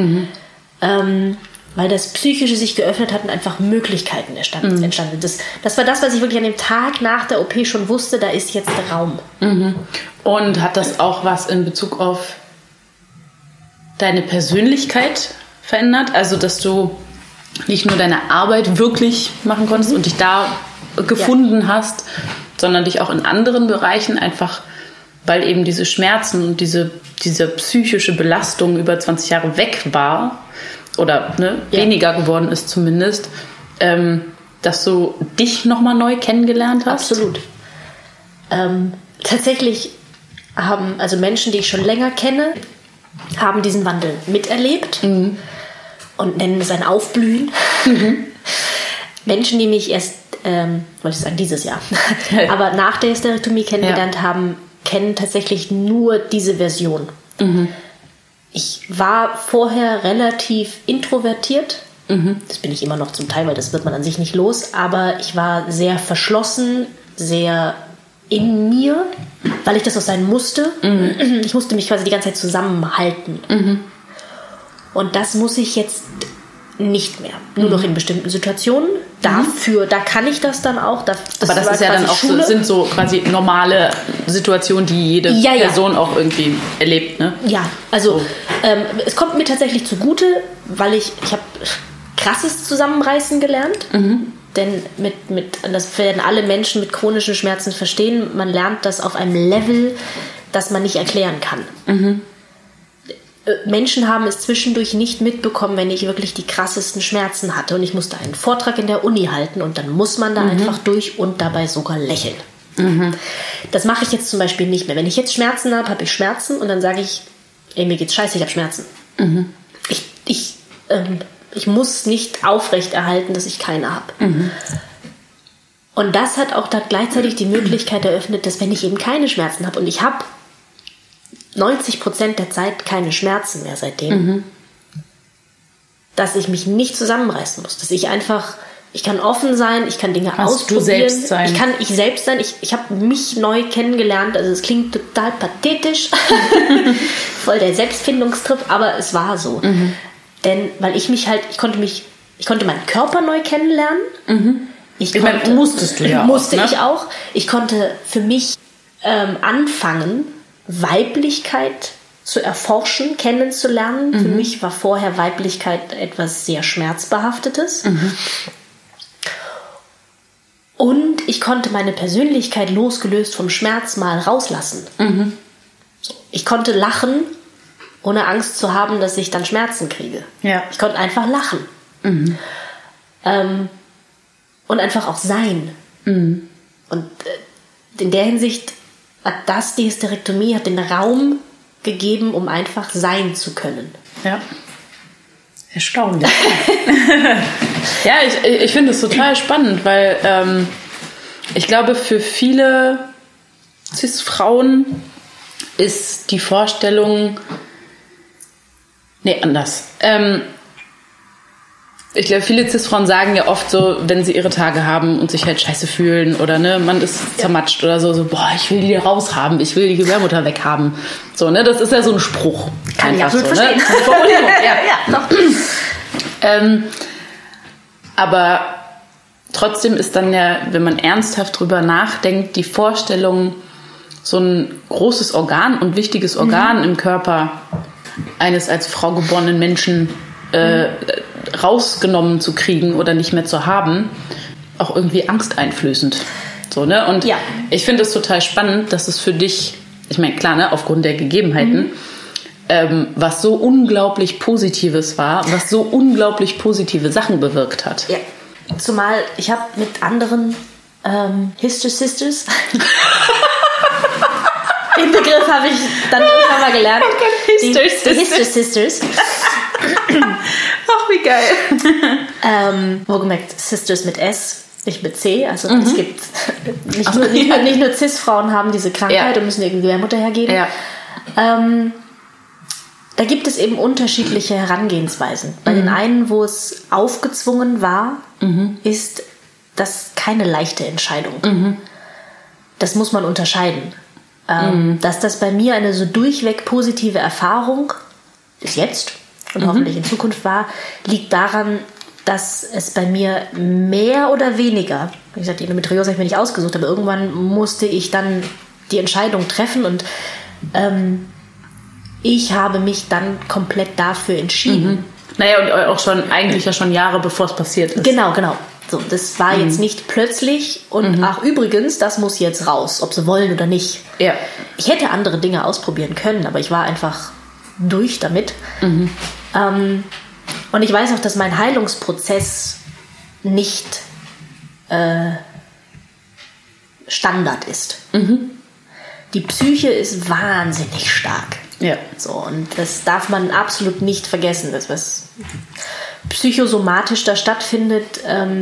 Weil das Psychische sich geöffnet hat und einfach Möglichkeiten entstanden. Das war das, was ich wirklich an dem Tag nach der OP schon wusste, da ist jetzt Raum. Und hat das auch was in Bezug auf deine Persönlichkeit verändert? Also, dass du nicht nur deine Arbeit wirklich machen konntest und dich da gefunden hast, sondern dich auch in anderen Bereichen einfach, weil eben diese Schmerzen und diese psychische Belastung über 20 Jahre weg war, oder weniger geworden ist zumindest, dass du dich nochmal neu kennengelernt hast? Absolut. Tatsächlich haben also Menschen, die ich schon länger kenne, haben diesen Wandel miterlebt und nennen es ein Aufblühen. Menschen, die mich erst, wollte ich sagen, dieses Jahr, aber nach der Hysterektomie kennengelernt haben, kennen tatsächlich nur diese Version. Ich war vorher relativ introvertiert. Das bin ich immer noch zum Teil, weil das wird man an sich nicht los. Aber ich war sehr verschlossen, sehr in mir, weil ich das auch sein musste. Ich musste mich quasi die ganze Zeit zusammenhalten. Und das muss ich jetzt nicht mehr. Nur noch in bestimmten Situationen. Da kann ich das dann auch. Aber das ist ja dann auch sind so quasi normale Situationen, die jede Person auch irgendwie erlebt, ne? Ja, also es kommt mir tatsächlich zugute, weil ich habe krasses Zusammenreißen gelernt. Denn das werden alle Menschen mit chronischen Schmerzen verstehen, man lernt das auf einem Level, das man nicht erklären kann. Menschen haben es zwischendurch nicht mitbekommen, wenn ich wirklich die krassesten Schmerzen hatte und ich musste einen Vortrag in der Uni halten und dann muss man da einfach durch und dabei sogar lächeln. Das mache ich jetzt zum Beispiel nicht mehr. Wenn ich jetzt Schmerzen habe, habe ich Schmerzen und dann sage ich, ey, mir geht's scheiße, ich habe Schmerzen. Ich muss nicht aufrechterhalten, dass ich keine habe. Und das hat auch dann gleichzeitig die Möglichkeit eröffnet, dass wenn ich eben keine Schmerzen habe und ich habe 90% der Zeit keine Schmerzen mehr seitdem, dass ich mich nicht zusammenreißen muss, dass ich einfach, ich kann offen sein, ich kann Dinge ausprobieren. Du selbst sein. Ich kann ich selbst sein. Ich habe mich neu kennengelernt. Also es klingt total pathetisch, voll der Selbstfindungstrip, aber es war so. Denn weil ich konnte meinen Körper neu kennenlernen. Musstest du ja musste auch, ne? ich auch. Ich konnte für mich anfangen, Weiblichkeit zu erforschen, kennenzulernen. Für mich war vorher Weiblichkeit etwas sehr Schmerzbehaftetes. Und ich konnte meine Persönlichkeit losgelöst vom Schmerz mal rauslassen. Ich konnte lachen, ohne Angst zu haben, dass ich dann Schmerzen kriege. Ja. Ich konnte einfach lachen. Und einfach auch sein. Und in der Hinsicht hat die Hysterektomie hat den Raum gegeben, um einfach sein zu können. Ja. Erstaunlich. Ja, ich finde es total spannend, weil ich glaube, für viele Cis-Frauen ist die Vorstellung... Nee, anders. Ich glaube, viele Cis-Frauen sagen ja oft so, wenn sie ihre Tage haben und sich halt scheiße fühlen oder ne, man ist zermatscht oder so, boah, ich will die raushaben, ich will die Gebärmutter weghaben. So, ne, das ist ja so ein Spruch. Kann ich absolut verstehen. Ne? Aber trotzdem ist dann ja, wenn man ernsthaft drüber nachdenkt, die Vorstellung, so ein großes Organ und wichtiges Organ im Körper eines als Frau geborenen Menschen rausgenommen zu kriegen oder nicht mehr zu haben, auch irgendwie angsteinflößend. So, ne? Und ich finde es total spannend, dass es für dich, ich meine, klar, ne, aufgrund der Gegebenheiten, was so unglaublich Positives war, was so unglaublich positive Sachen bewirkt hat. Ja. Zumal ich habe mit anderen Hister-Sisters den Begriff habe ich dann irgendwann mal gelernt. Oh Gott, die Hister-Sisters. Ach, wie geil. Wohlgemerkt, Sisters mit S, nicht mit C. Also es gibt nicht nur Cis-Frauen haben diese Krankheit und müssen irgendwie Gebärmutter hergeben. Ja. Da gibt es eben unterschiedliche Herangehensweisen. Bei den einen, wo es aufgezwungen war, ist das keine leichte Entscheidung. Das muss man unterscheiden. Dass das bei mir eine so durchweg positive Erfahrung bis jetzt und hoffentlich in Zukunft war, liegt daran, dass es bei mir mehr oder weniger, wie gesagt, die Endometriose habe ich mir nicht ausgesucht, aber irgendwann musste ich dann die Entscheidung treffen und ich habe mich dann komplett dafür entschieden. Naja, und auch schon, eigentlich ja schon Jahre bevor es passiert ist. Genau. So, das war jetzt nicht plötzlich und ach übrigens, das muss jetzt raus, ob sie wollen oder nicht. Ja. Ich hätte andere Dinge ausprobieren können, aber ich war einfach durch damit. Und ich weiß auch, dass mein Heilungsprozess nicht Standard ist. Die Psyche ist wahnsinnig stark. Ja. So, und das darf man absolut nicht vergessen. Das, was psychosomatisch da stattfindet,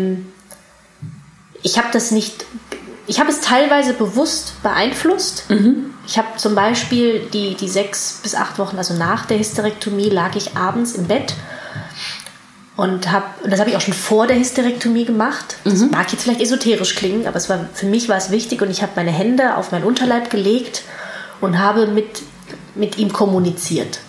ich habe es teilweise bewusst beeinflusst. Ich habe zum Beispiel die 6 bis 8 Wochen, also nach der Hysterektomie, lag ich abends im Bett und das habe ich auch schon vor der Hysterektomie gemacht. Das mag jetzt vielleicht esoterisch klingen, aber für mich war es wichtig und ich habe meine Hände auf meinen Unterleib gelegt und habe mit ihm kommuniziert.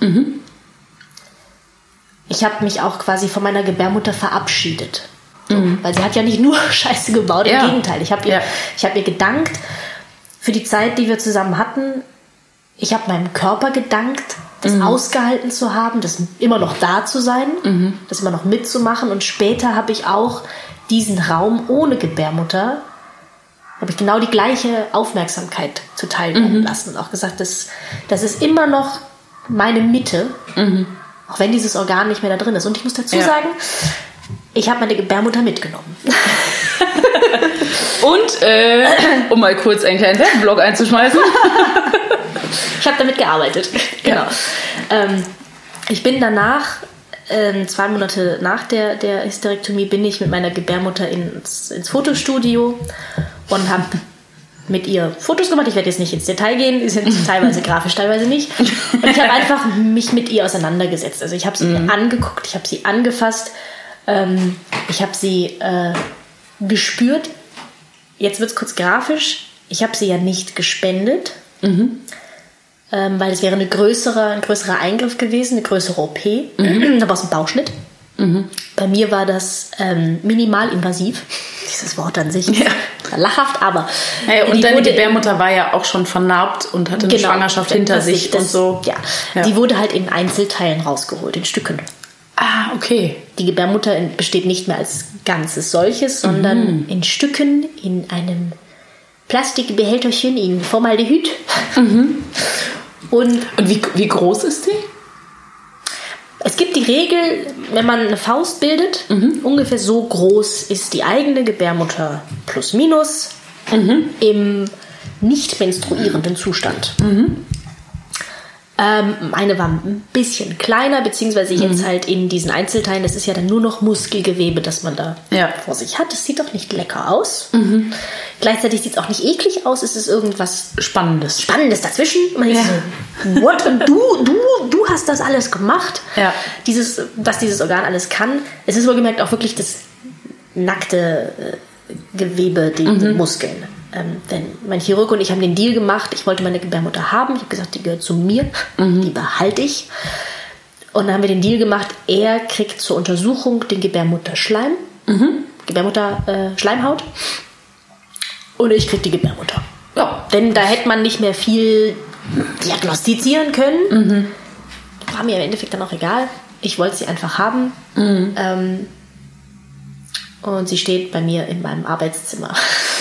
Ich habe mich auch quasi von meiner Gebärmutter verabschiedet. Weil sie hat ja nicht nur Scheiße gebaut, im Gegenteil. Ich habe ihr gedankt für die Zeit, die wir zusammen hatten. Ich habe meinem Körper gedankt, das ausgehalten zu haben, das immer noch da zu sein, das immer noch mitzumachen. Und später habe ich auch diesen Raum ohne Gebärmutter, habe ich genau die gleiche Aufmerksamkeit zuteil werden lassen und auch gesagt, das ist immer noch meine Mitte, auch wenn dieses Organ nicht mehr da drin ist. Und ich muss dazu sagen, ich habe meine Gebärmutter mitgenommen. Und, um mal kurz einen kleinen Werbeblock einzuschmeißen. Ich habe damit gearbeitet. Genau. Ich bin danach, 2 Monate nach der Hysterektomie, bin ich mit meiner Gebärmutter ins Fotostudio und habe mit ihr Fotos gemacht. Ich werde jetzt nicht ins Detail gehen, die sind teilweise grafisch, teilweise nicht. Und ich habe einfach mich mit ihr auseinandergesetzt. Also ich habe sie mir angeguckt, ich habe sie angefasst, ich habe sie gespürt. Jetzt wird es kurz grafisch. Ich habe sie ja nicht gespendet, weil es wäre ein größerer Eingriff gewesen, eine größere OP. Da war es ein Bauchschnitt. Bei mir war das minimalinvasiv. Dieses Wort an sich ist lachhaft, aber... Hey, und deine Gebärmutter war ja auch schon vernarbt und hatte eine Schwangerschaft hinter sich und so. Ja, die wurde halt in Einzelteilen rausgeholt, in Stücken. Ah, okay. Die Gebärmutter besteht nicht mehr als ganzes solches, sondern in Stücken in einem Plastikbehälterchen in Formaldehyd. Und wie groß ist die? Es gibt die Regel, wenn man eine Faust bildet, ungefähr so groß ist die eigene Gebärmutter plus minus im nicht menstruierenden Zustand. Meine war ein bisschen kleiner, beziehungsweise jetzt halt in diesen Einzelteilen. Das ist ja dann nur noch Muskelgewebe, das man da vor sich hat. Das sieht doch nicht lecker aus. Gleichzeitig sieht es auch nicht eklig aus. Es ist irgendwas Spannendes dazwischen. Man denkt so, what? Und du hast das alles gemacht? Ja. Was dieses Organ alles kann. Es ist wohlgemerkt auch wirklich das nackte Gewebe, die Muskeln. Denn mein Chirurg und ich haben den Deal gemacht, ich wollte meine Gebärmutter haben, ich habe gesagt, die gehört zu mir, die behalte ich. Und dann haben wir den Deal gemacht, er kriegt zur Untersuchung den Gebärmutterschleim, Gebärmutterschleimhaut und ich krieg die Gebärmutter. Ja, denn da hätte man nicht mehr viel diagnostizieren können. War mir im Endeffekt dann auch egal. Ich wollte sie einfach haben. Und sie steht bei mir in meinem Arbeitszimmer.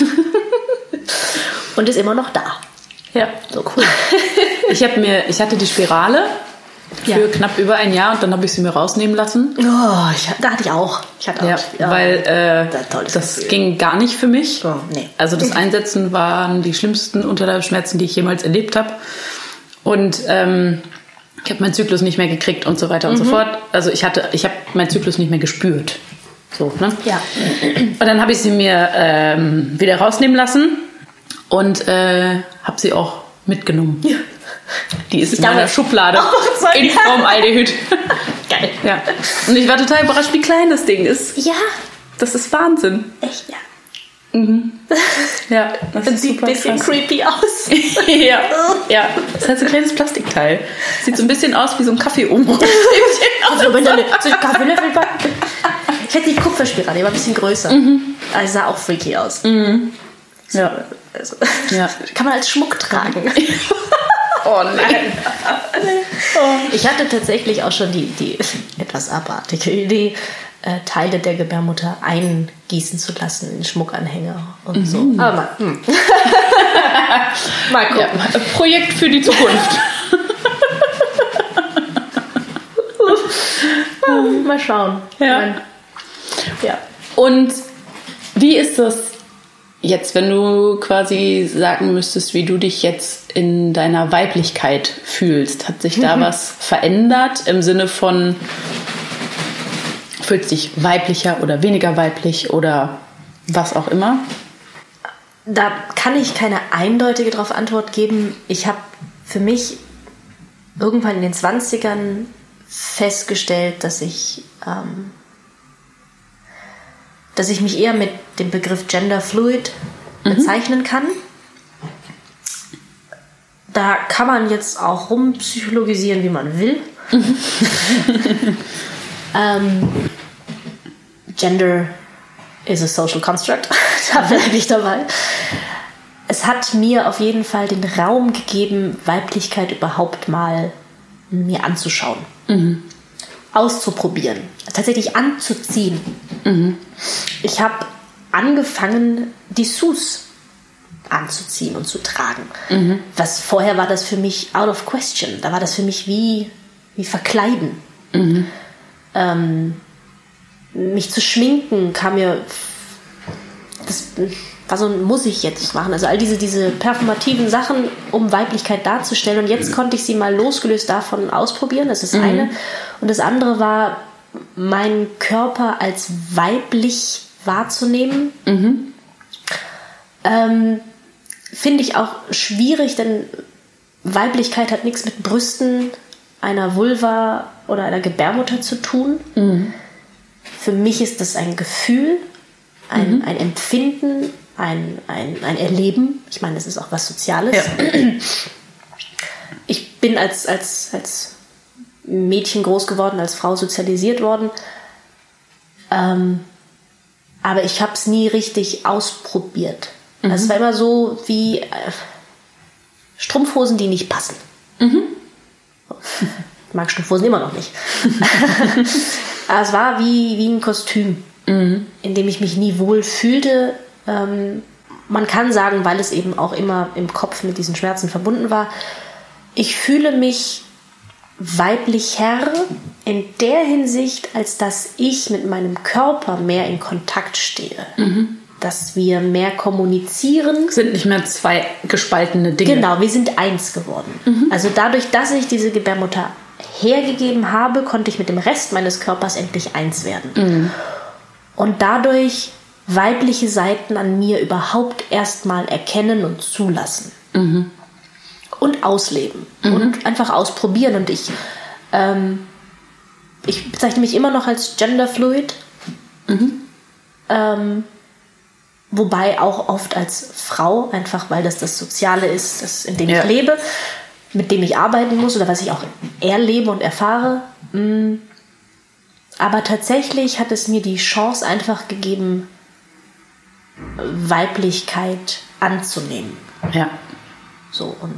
Und ist immer noch da. Ja. So cool. Ich hatte die Spirale für knapp über ein Jahr und dann habe ich sie mir rausnehmen lassen. Oh, da hatte ich auch. Weil das ging gar nicht für mich. Oh, nee. Also das Einsetzen waren die schlimmsten Unterleibsschmerzen, die ich jemals erlebt habe. Und ich habe meinen Zyklus nicht mehr gekriegt und so weiter und so fort. Also ich habe meinen Zyklus nicht mehr gespürt. So, ne? Ja. Und dann habe ich sie mir wieder rausnehmen lassen und habe sie auch mitgenommen. Ja. Die ist in meiner Schublade in Formaldehyd. Geil. Ja. Und ich war total überrascht, wie klein das Ding ist. Ja. Das ist Wahnsinn. Echt, ja. Ja, das sieht ein bisschen creepy aus. ja. Das ist halt so ein kleines Plastikteil. Sieht so ein bisschen aus wie so ein Kaffeeumrühr. Also wenn da so ein Kaffeelöffel backen. Ich hätte die Kupferspirale, die war ein bisschen größer. Also sah auch freaky aus. Ja. Also, kann man als Schmuck tragen. Oh nein. Ich hatte tatsächlich auch schon die etwas abartige Idee, Teile der Gebärmutter eingießen zu lassen in Schmuckanhänger und so. Aber mal gucken. Ja, Projekt für die Zukunft. Mal schauen. Ja. Ja. Und wie ist das jetzt, wenn du quasi sagen müsstest, wie du dich jetzt in deiner Weiblichkeit fühlst? Hat sich da was verändert im Sinne von, fühlst du dich weiblicher oder weniger weiblich oder was auch immer? Da kann ich keine eindeutige drauf Antwort geben. Ich habe für mich irgendwann in den 20ern festgestellt, dass ich mich eher mit dem Begriff Gender Fluid bezeichnen kann. Da kann man jetzt auch rumpsychologisieren, wie man will. Gender is a social construct. Da bleibe ich dabei. Es hat mir auf jeden Fall den Raum gegeben, Weiblichkeit überhaupt mal mir anzuschauen, auszuprobieren, tatsächlich anzuziehen. Ich habe angefangen, Dessous anzuziehen und zu tragen. Was vorher war das für mich out of question. Da war das für mich wie verkleiden. Mich zu schminken kam mir, das war so ein muss ich jetzt machen. Also all diese performativen Sachen, um Weiblichkeit darzustellen. Und jetzt konnte ich sie mal losgelöst davon ausprobieren. Das ist das eine. Und das andere war, meinen Körper als weiblich wahrzunehmen. Finde ich auch schwierig, denn Weiblichkeit hat nichts mit Brüsten, einer Vulva oder einer Gebärmutter zu tun. Für mich ist das ein Gefühl, ein Empfinden, ein Erleben. Ich meine, das ist auch was Soziales. Ja. Ich bin als Mädchen groß geworden, als Frau sozialisiert worden. Aber ich habe es nie richtig ausprobiert. Also es war immer so wie Strumpfhosen, die nicht passen. Ich mag Strumpfhosen immer noch nicht. Aber es war wie ein Kostüm, in dem ich mich nie wohl fühlte. Man kann sagen, weil es eben auch immer im Kopf mit diesen Schmerzen verbunden war, ich fühle mich weiblicher in der Hinsicht, als dass ich mit meinem Körper mehr in Kontakt stehe. Dass wir mehr kommunizieren. Sind nicht mehr zwei gespaltene Dinge. Genau, wir sind eins geworden. Also dadurch, dass ich diese Gebärmutter hergegeben habe, konnte ich mit dem Rest meines Körpers endlich eins werden. Und dadurch weibliche Seiten an mir überhaupt erstmal erkennen und zulassen. Und ausleben. Und einfach ausprobieren. Und ich bezeichne mich immer noch als genderfluid. Wobei auch oft als Frau, einfach weil das Soziale ist, in dem ich lebe, mit dem ich arbeiten muss oder was ich auch erlebe und erfahre. Aber tatsächlich hat es mir die Chance einfach gegeben, Weiblichkeit anzunehmen. Ja. So, und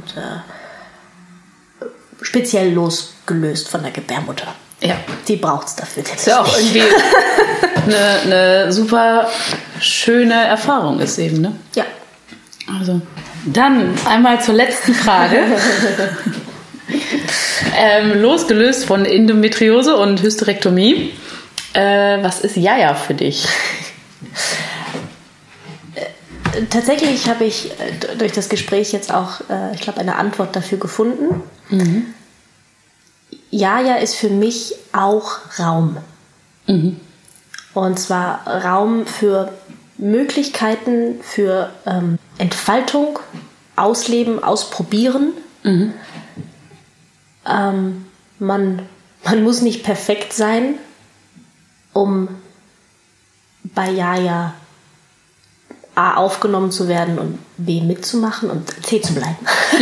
speziell losgelöst von der Gebärmutter. Ja. Die braucht es dafür. Das ist ja auch irgendwie eine super schöne Erfahrung ist eben, ne? Ja. Also, dann einmal zur letzten Frage. Losgelöst von Endometriose und Hysterektomie. Was ist Jaja für dich? Tatsächlich habe ich durch das Gespräch jetzt auch, ich glaube, eine Antwort dafür gefunden. Jaja ist für mich auch Raum. Und zwar Raum für Möglichkeiten, für Entfaltung, Ausleben, Ausprobieren. Man muss nicht perfekt sein, um bei Jaja A aufgenommen zu werden und B mitzumachen und C zu bleiben.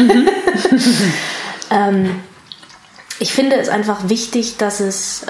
Ich finde es einfach wichtig, dass es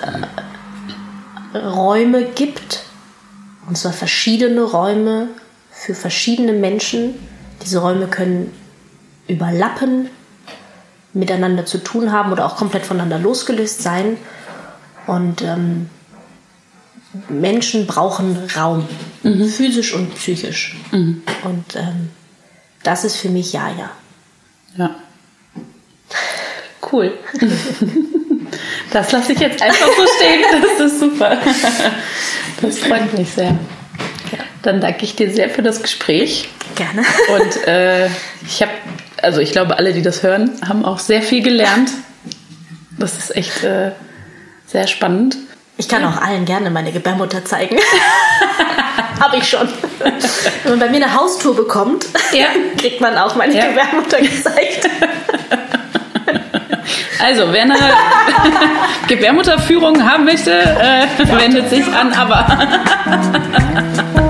Räume gibt, und zwar verschiedene Räume für verschiedene Menschen. Diese Räume können überlappen, miteinander zu tun haben oder auch komplett voneinander losgelöst sein. Und Menschen brauchen Raum, physisch und psychisch. Und das ist für mich Jaja. Ja. Cool. Das lasse ich jetzt einfach so stehen. Das ist super. Das freut mich sehr. Ja. Dann danke ich dir sehr für das Gespräch. Gerne. Und ich glaube, alle, die das hören, haben auch sehr viel gelernt. Das ist echt sehr spannend. Ich kann auch allen gerne meine Gebärmutter zeigen. Habe ich schon. Wenn man bei mir eine Haustour bekommt, kriegt man auch meine Gebärmutter gezeigt. Also, wer eine Gebärmutterführung haben möchte, wendet sich an ABBA.